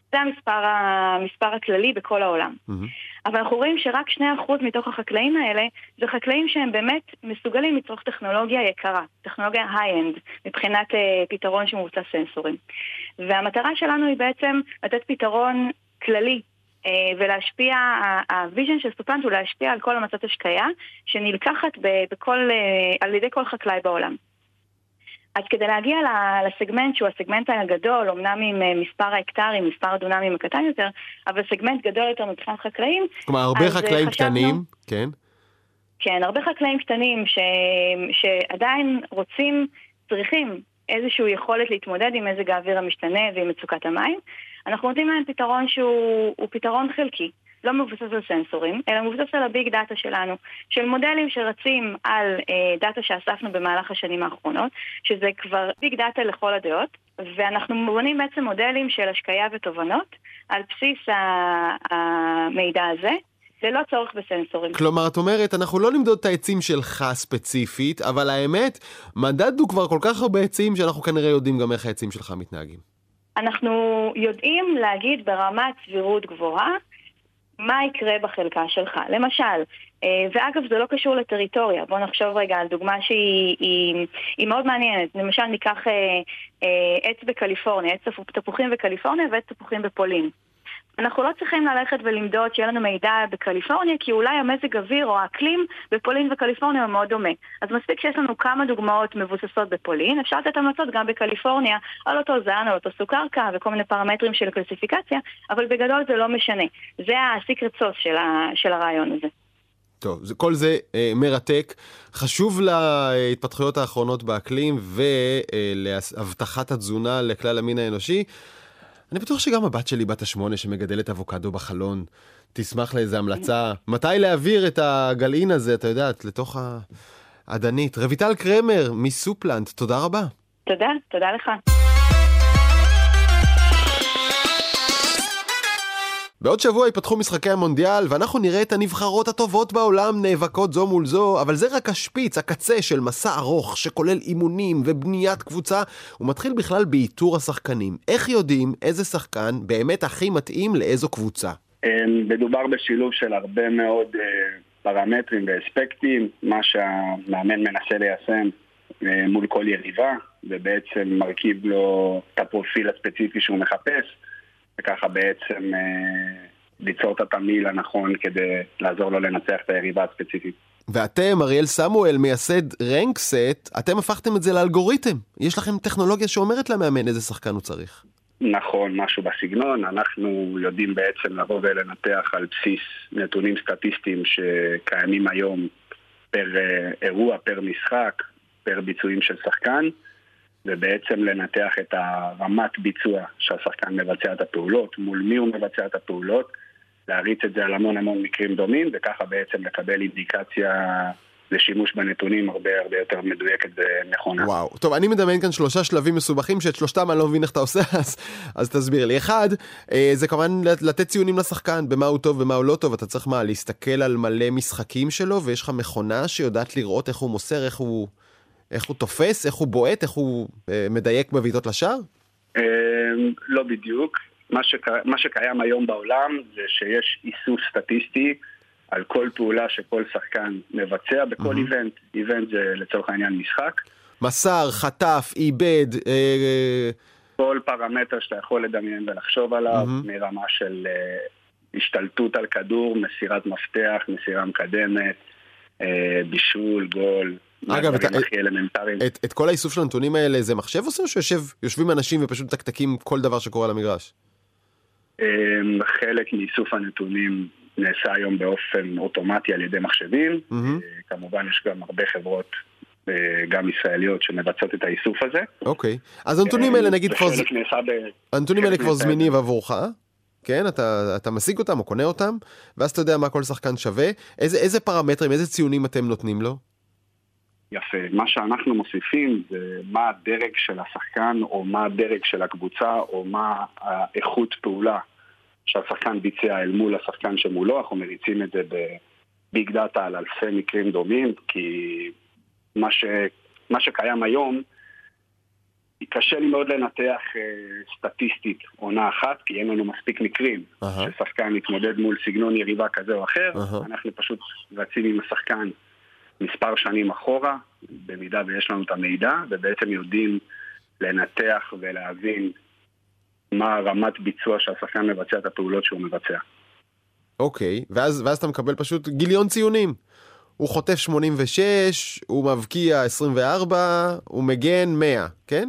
זה המספר, המספר הכללי בכל העולם. Mm-hmm. אבל אנחנו רואים שרק שני אחוז מתוך החקלאים האלה, זה חקלאים שהם באמת מסוגלים לצרוך טכנולוגיה יקרה, טכנולוגיה היי-אנד, מבחינת uh, פתרון שמבוסס סנסורים. והמטרה שלנו היא בעצם לתת פתרון כללי, uh, ולהשפיע, הוויז'ן של סופלנט הוא להשפיע על כל המצאת השקיה, שנלקחת ב- בכל, uh, על ידי כל חקלאי בעולם. אז כדי להגיע לסגמנט שהוא הסגמנט הגדול, אמנם עם מספר ההקטרים, מספר הדונמים הקטן יותר, אבל סגמנט גדול יותר מבחינת חקלאים. כלומר, הרבה חקלאים חשבנו, קטנים, כן? כן, הרבה חקלאים קטנים ש, שעדיין רוצים, צריכים איזושהי יכולת להתמודד עם מזג האוויר המשתנה ועם מצוקת המים. אנחנו נותנים להם פתרון שהוא פתרון חלקי. לא מבוסס על סנסורים, אלא מבוסס על הביג דאטה שלנו, של מודלים שרצים על אה, דאטה שאספנו במהלך השנים האחרונות, שזה כבר ביג דאטה לכל הדעות, ואנחנו בונים בעצם מודלים של השקיה ותובנות, על בסיס המידע הזה, ללא צורך בסנסורים. כלומר, את אומרת, אנחנו לא נמדוד את העצים שלך ספציפית, אבל האמת, מדדנו כבר כל כך הרבה עצים, שאנחנו כנראה יודעים גם איך העצים שלך מתנהגים. אנחנו יודעים להגיד ברמת סבירות גבוהה, מה יקרה בחלקה שלך. למשל, ואגב זה לא קשור לטריטוריה, בואו נחשוב רגע על דוגמה שהיא היא, היא מאוד מעניינת. למשל ניקח עץ בקליפורניה, עץ תפוחים בקליפורניה ועץ תפוחים בפולין. אנחנו לא צריכים ללכת ולמדוד שיהיה לנו מידע בקליפורניה, כי אולי המזג אוויר או האקלים בפולין וקליפורניה הוא מאוד דומה. אז מספיק שיש לנו כמה דוגמאות מבוססות בפולין, אפשר לתת המלצות גם בקליפורניה, על אותו זן, על אותו סוג קרקע וכל מיני פרמטרים של קלסיפיקציה, אבל בגדול זה לא משנה. זה הסיקרט סוס של, ה, של הרעיון הזה. טוב, כל זה אה, מרתק. חשוב להתפתחויות האחרונות באקלים ולהבטחת התזונה לכלל המין האנושי. אני בטוח שגם הבת שלי בת השמונה שמגדלת אבוקדו בחלון תשמח לאיזו המלצה. מתי להעביר את הגלעין הזה, אתה יודעת, לתוך העדנית. רויטל קרמר מסופלנט, תודה רבה. תודה, תודה לך. בעוד שבוע ייפתחו משחקי המונדיאל, ואנחנו נראה את הנבחרות הטובות בעולם נאבקות זו מול זו, אבל זה רק השפיץ, הקצה של מסע ארוך שכולל אימונים ובניית קבוצה, ומתחיל בכלל באיתור השחקנים. איך יודעים איזה שחקן באמת הכי מתאים לאיזו קבוצה? מדובר בשילוב של הרבה מאוד פרמטרים ואספקטים, מה שהמאמן מנסה ליישם מול כל יריבה, ובעצם מרכיב לו את הפרופיל הספציפי שהוא מחפש, וככה בעצם אה, ליצור את התמהיל הנכון כדי לעזור לו לנצח את היריבה הספציפית. ואתם, אריאל סמואל, מייסד רנקסט, אתם הפכתם את זה לאלגוריתם. יש לכם טכנולוגיה שאומרת למאמן איזה שחקן הוא צריך. נכון, משהו בסגנון. אנחנו יודעים בעצם לבוא ולנתח על בסיס נתונים סטטיסטיים שקיימים היום פר אירוע, פר משחק, פר ביצועים של שחקן, ובעצם לנתח את הרמת ביצוע שהשחקן מבצע את הפעולות, מול מי הוא מבצע את הפעולות, להריץ את זה על המון המון מקרים דומים, וככה בעצם לקבל אינדיקציה לשימוש בנתונים הרבה הרבה יותר מדויקת ונכונה. וואו, טוב, אני מדמיין כאן שלושה שלבים מסובכים, שאת שלושתם אני לא מבין איך אתה עושה, אז, אז תסביר לי. אחד, זה כמובן לתת ציונים לשחקן, במה הוא טוב, במה הוא לא טוב, אתה צריך מה, להסתכל על מלא משחקים שלו, ויש לך מכונה שיודעת לראות איך הוא מוסר, איך הוא... איך הוא תופס, איך הוא בועט, איך הוא אה, מדייק בביתות לשער? אה, לא בדיוק. מה, שק... מה שקיים היום בעולם זה שיש איסוף סטטיסטי על כל פעולה שכל שחקן מבצע בכל איבנט. Mm-hmm. איבנט זה לצורך העניין משחק. מסר, חטף, איבד. אה... כל פרמטר שאתה יכול לדמיין ולחשוב עליו, mm-hmm. מרמה של אה, השתלטות על כדור, מסירת מפתח, מסירה מקדמת, אה, בישול, גול. אגב, את, את, את כל האיסוף של הנתונים האלה זה מחשב או שיושבים אנשים ופשוט תקתקים כל דבר שקורה על המגרש? חלק מאיסוף הנתונים נעשה היום באופן אוטומטי על ידי מחשבים. Mm-hmm. כמובן יש גם הרבה חברות, גם ישראליות, שמבצעות את האיסוף הזה. אוקיי. אז הנתונים האלה נגיד כבר... הנתונים האלה כבר זמינים עבורך, כן? אתה, אתה משיג אותם או קונה אותם, ואז אתה יודע מה כל שחקן שווה. איזה, איזה פרמטרים, איזה ציונים אתם נותנים לו? יפה. מה שאנחנו מוסיפים זה מה הדרג של השחקן, או מה הדרג של הקבוצה, או מה האיכות פעולה שהשחקן ביצע אל מול השחקן שמולו. אנחנו מריצים את זה בביג דאטה על אלפי מקרים דומים, כי מה, ש... מה שקיים היום קשה לי מאוד לנתח אה, סטטיסטית עונה אחת, כי אין לנו מספיק מקרים uh-huh. ששחקן מתמודד מול סגנון יריבה כזה או אחר. Uh-huh. אנחנו פשוט רצים עם השחקן מספר שנים אחורה, במידה ויש לנו את המידע, ובעצם יודעים לנתח ולהבין מה רמת ביצוע שהשחקן מבצע את הפעולות שהוא מבצע. אוקיי, okay. ואז, ואז אתה מקבל פשוט גיליון ציונים. הוא חוטף שמונים ושש, הוא מבקיע עשרים וארבע, הוא מגן מאה, כן?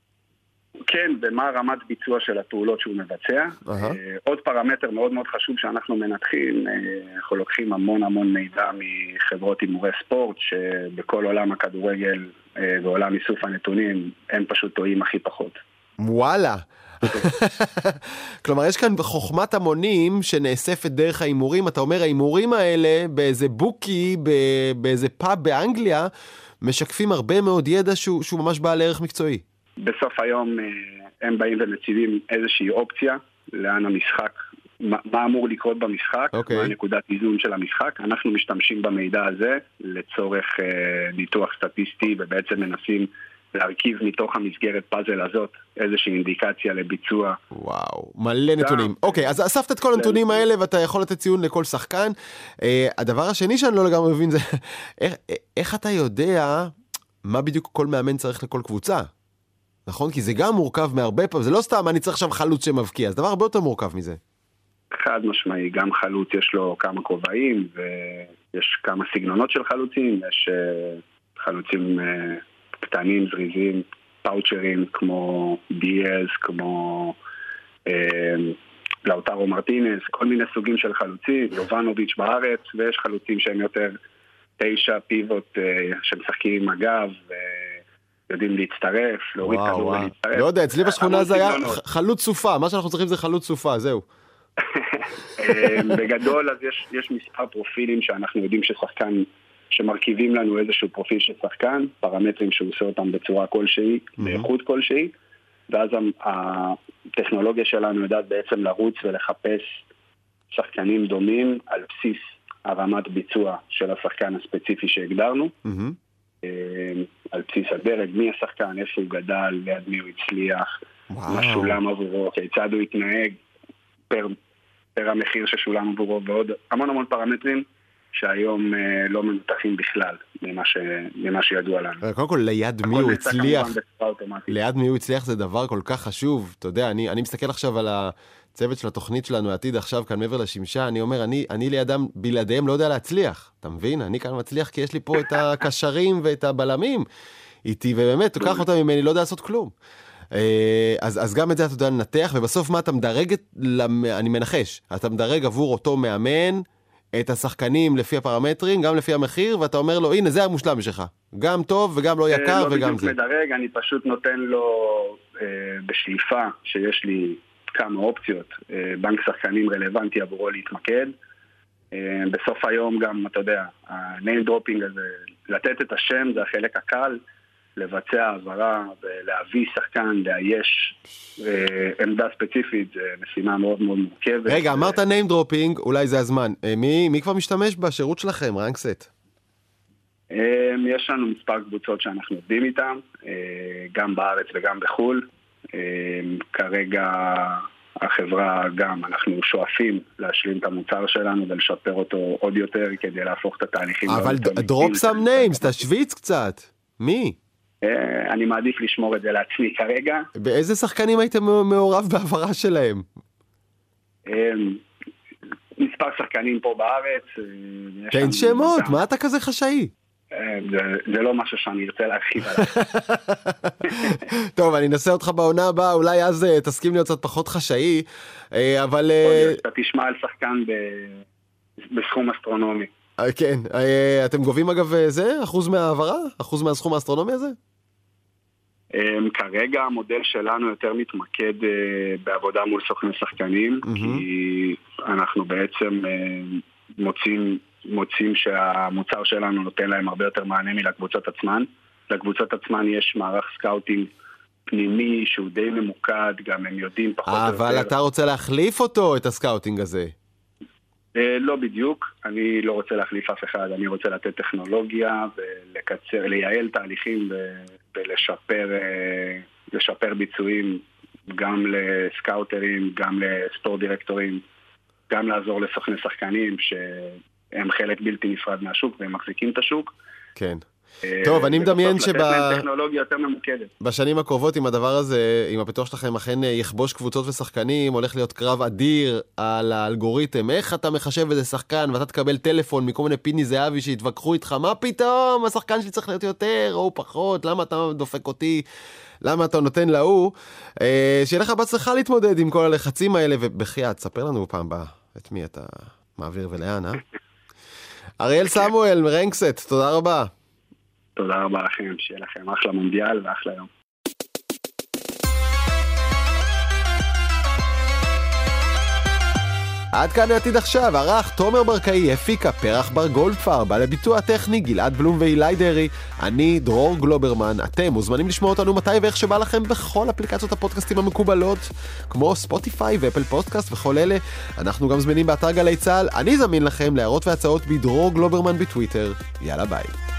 כן, ומה רמת ביצוע של הפעולות שהוא מבצע. Uh-huh. עוד פרמטר מאוד מאוד חשוב שאנחנו מנתחים, אנחנו לוקחים המון המון מידע מחברות הימורי ספורט, שבכל עולם הכדורגל ועולם איסוף הנתונים, הם פשוט טועים הכי פחות. וואלה. כלומר, יש כאן חוכמת המונים שנאספת דרך האימורים. אתה אומר, האימורים האלה באיזה בוקי, באיזה פאב באנגליה, משקפים הרבה מאוד ידע שהוא, שהוא ממש בעל ערך מקצועי. בסוף היום הם באים ומציבים איזושהי אופציה לאן המשחק, מה, מה אמור לקרות במשחק, okay. מה נקודת איזון של המשחק. אנחנו משתמשים במידע הזה לצורך אה, ניתוח סטטיסטי, ובעצם מנסים להרכיב מתוך המסגרת פאזל הזאת איזושהי אינדיקציה לביצוע. וואו, מלא נתונים. אוקיי, אז אספת את כל הנתונים האלה ואתה יכול לתת ציון לכל שחקן. הדבר השני שאני לא לגמרי מבין זה, איך אתה יודע מה בדיוק כל מאמן צריך לכל קבוצה? נכון? כי זה גם מורכב מהרבה פעמים, זה לא סתם אני צריך שם חלוץ שמבקיע, זה דבר הרבה יותר מורכב מזה. חד משמעי, גם חלוץ יש לו כמה כובעים, ויש כמה סגנונות של חלוצים, יש חלוצים קטנים, זריזים, פאוצ'רים, כמו דיאז, כמו אה, לאוטרו מרטינס, כל מיני סוגים של חלוצים, יובנוביץ' בארץ, ויש חלוצים שהם יותר תשע פיבוט אה, שמשחקים עם הגב, ויודעים להצטרף, להוריד כדור ולהצטרף. לא יודע, אצלי בשכונה זה היה חלוץ סופה, מה שאנחנו צריכים זה חלוץ סופה, זהו. בגדול, אז יש, יש מספר פרופילים שאנחנו יודעים ששחקן שמרכיבים לנו איזשהו פרופיל של שחקן, פרמטרים שהוא עושה אותם בצורה כלשהי, mm-hmm. באיכות כלשהי, ואז הטכנולוגיה שלנו יודעת בעצם לרוץ ולחפש שחקנים דומים על בסיס הרמת ביצוע של השחקן הספציפי שהגדרנו, mm-hmm. על בסיס הדרג, מי השחקן, איפה הוא גדל, ליד מי הוא הצליח, wow. מה שולם עבורו, כיצד הוא התנהג פר, פר המחיר ששולם עבורו, ועוד המון המון פרמטרים, שהיום אה, לא מנותחים בכלל ממה, ש... ממה שידוע לנו. קודם כל, ליד מי הוא הצליח, ליד מי הוא הצליח זה דבר כל כך חשוב. אתה יודע, אני, אני מסתכל עכשיו על הצוות של התוכנית שלנו, העתיד עכשיו כאן מעבר לשמשה, אני אומר, אני, אני לידם, בלעדיהם לא יודע להצליח. אתה מבין? אני כאן מצליח כי יש לי פה את הקשרים ואת הבלמים איתי, ובאמת, תוקח אותם ממני, לא יודע לעשות כלום. אז, אז גם את זה אתה יודע לנתח, ובסוף מה אתה מדרג, אני מנחש, אתה מדרג עבור אותו מאמן, את השחקנים לפי הפרמטרים, גם לפי המחיר, ואתה אומר לו, הנה, זה המושלם שלך. גם טוב וגם לא יקר וגם זה. לא בדיוק מדרג, אני פשוט נותן לו אה, בשאיפה שיש לי כמה אופציות, אה, בנק שחקנים רלוונטי עבורו להתמקד. אה, בסוף היום גם, אתה יודע, ה-name dropping הזה, לתת את השם זה החלק הקל, לבצע העברה ולהביא שחקן, לאייש אה, עמדה ספציפית, זה משימה מאוד מאוד מורכבת. רגע, אמרת name dropping, אולי זה הזמן. אה, מי, מי כבר משתמש בשירות שלכם, רנקסט? אה, יש לנו מספר קבוצות שאנחנו עובדים איתם, אה, גם בארץ וגם בחול. אה, כרגע החברה גם, אנחנו שואפים להשלים את המוצר שלנו ולשפר אותו עוד יותר כדי להפוך את התהליכים. אבל drop some names, תשוויץ קצת. מי? אני מעדיף לשמור את זה לעצמי כרגע. באיזה שחקנים הייתם מעורב בעברה שלהם? מספר שחקנים פה בארץ. תן שמות, מה אתה כזה חשאי? זה לא משהו שאני ארצה להרחיב עליו. טוב, אני אנסה אותך בעונה הבאה, אולי אז תסכים להיות קצת פחות חשאי, אבל... אתה תשמע על שחקן בסכום אסטרונומי. כן, אתם גובים אגב זה, אחוז מהעברה? אחוז מהסכום האסטרונומי הזה? כרגע המודל שלנו יותר מתמקד בעבודה מול סוכני שחקנים, כי אנחנו בעצם מוצאים, מוצאים שהמוצר שלנו נותן להם הרבה יותר מענה מלקבוצות עצמן. לקבוצות עצמן יש מערך סקאוטינג פנימי שהוא די ממוקד, גם הם יודעים פחות או יותר. אבל אתה רוצה להחליף אותו, את הסקאוטינג הזה? לא בדיוק, אני לא רוצה להחליף אף אחד, אני רוצה לתת טכנולוגיה ולקצר, לייעל תהליכים ולשפר לשפר ביצועים גם לסקאוטרים, גם לספורט דירקטורים, גם לעזור לסוכני שחקנים שהם חלק בלתי נפרד מהשוק והם מחזיקים את השוק. כן. טוב, אני מדמיין שבשנים הקרובות עם הדבר הזה, עם הפיתוח שלכם אכן יכבוש קבוצות ושחקנים, הולך להיות קרב אדיר על האלגוריתם, איך אתה מחשב איזה שחקן ואתה תקבל טלפון מכל מיני פיני זהבי שהתווכחו איתך, מה פתאום, השחקן שלי צריך להיות יותר או פחות, למה אתה דופק אותי, למה אתה נותן להוא, שיהיה לך בהצלחה להתמודד עם כל הלחצים האלה, ובחייאת, ספר לנו פעם בה את מי אתה מעביר ולאן, אה? אריאל סמואל, מרנקסט, תודה רבה. תודה רבה לכם, שיהיה לכם אחלה מונדיאל ואחלה יום. עד כאן העתיד עכשיו, ערך תומר ברקאי, הפיקה פרח בר גולדפר, בעל הביצוע הטכני גלעד בלום ואילי דרי, אני דרור גלוברמן. אתם מוזמנים לשמוע אותנו מתי ואיך שבא לכם בכל אפליקציות הפודקאסטים המקובלות, כמו ספוטיפיי ואפל פודקאסט וכל אלה. אנחנו גם זמינים באתר גלי צהל. אני זמין לכם להערות והצעות בדרור גלוברמן בטוויטר. יאללה ביי.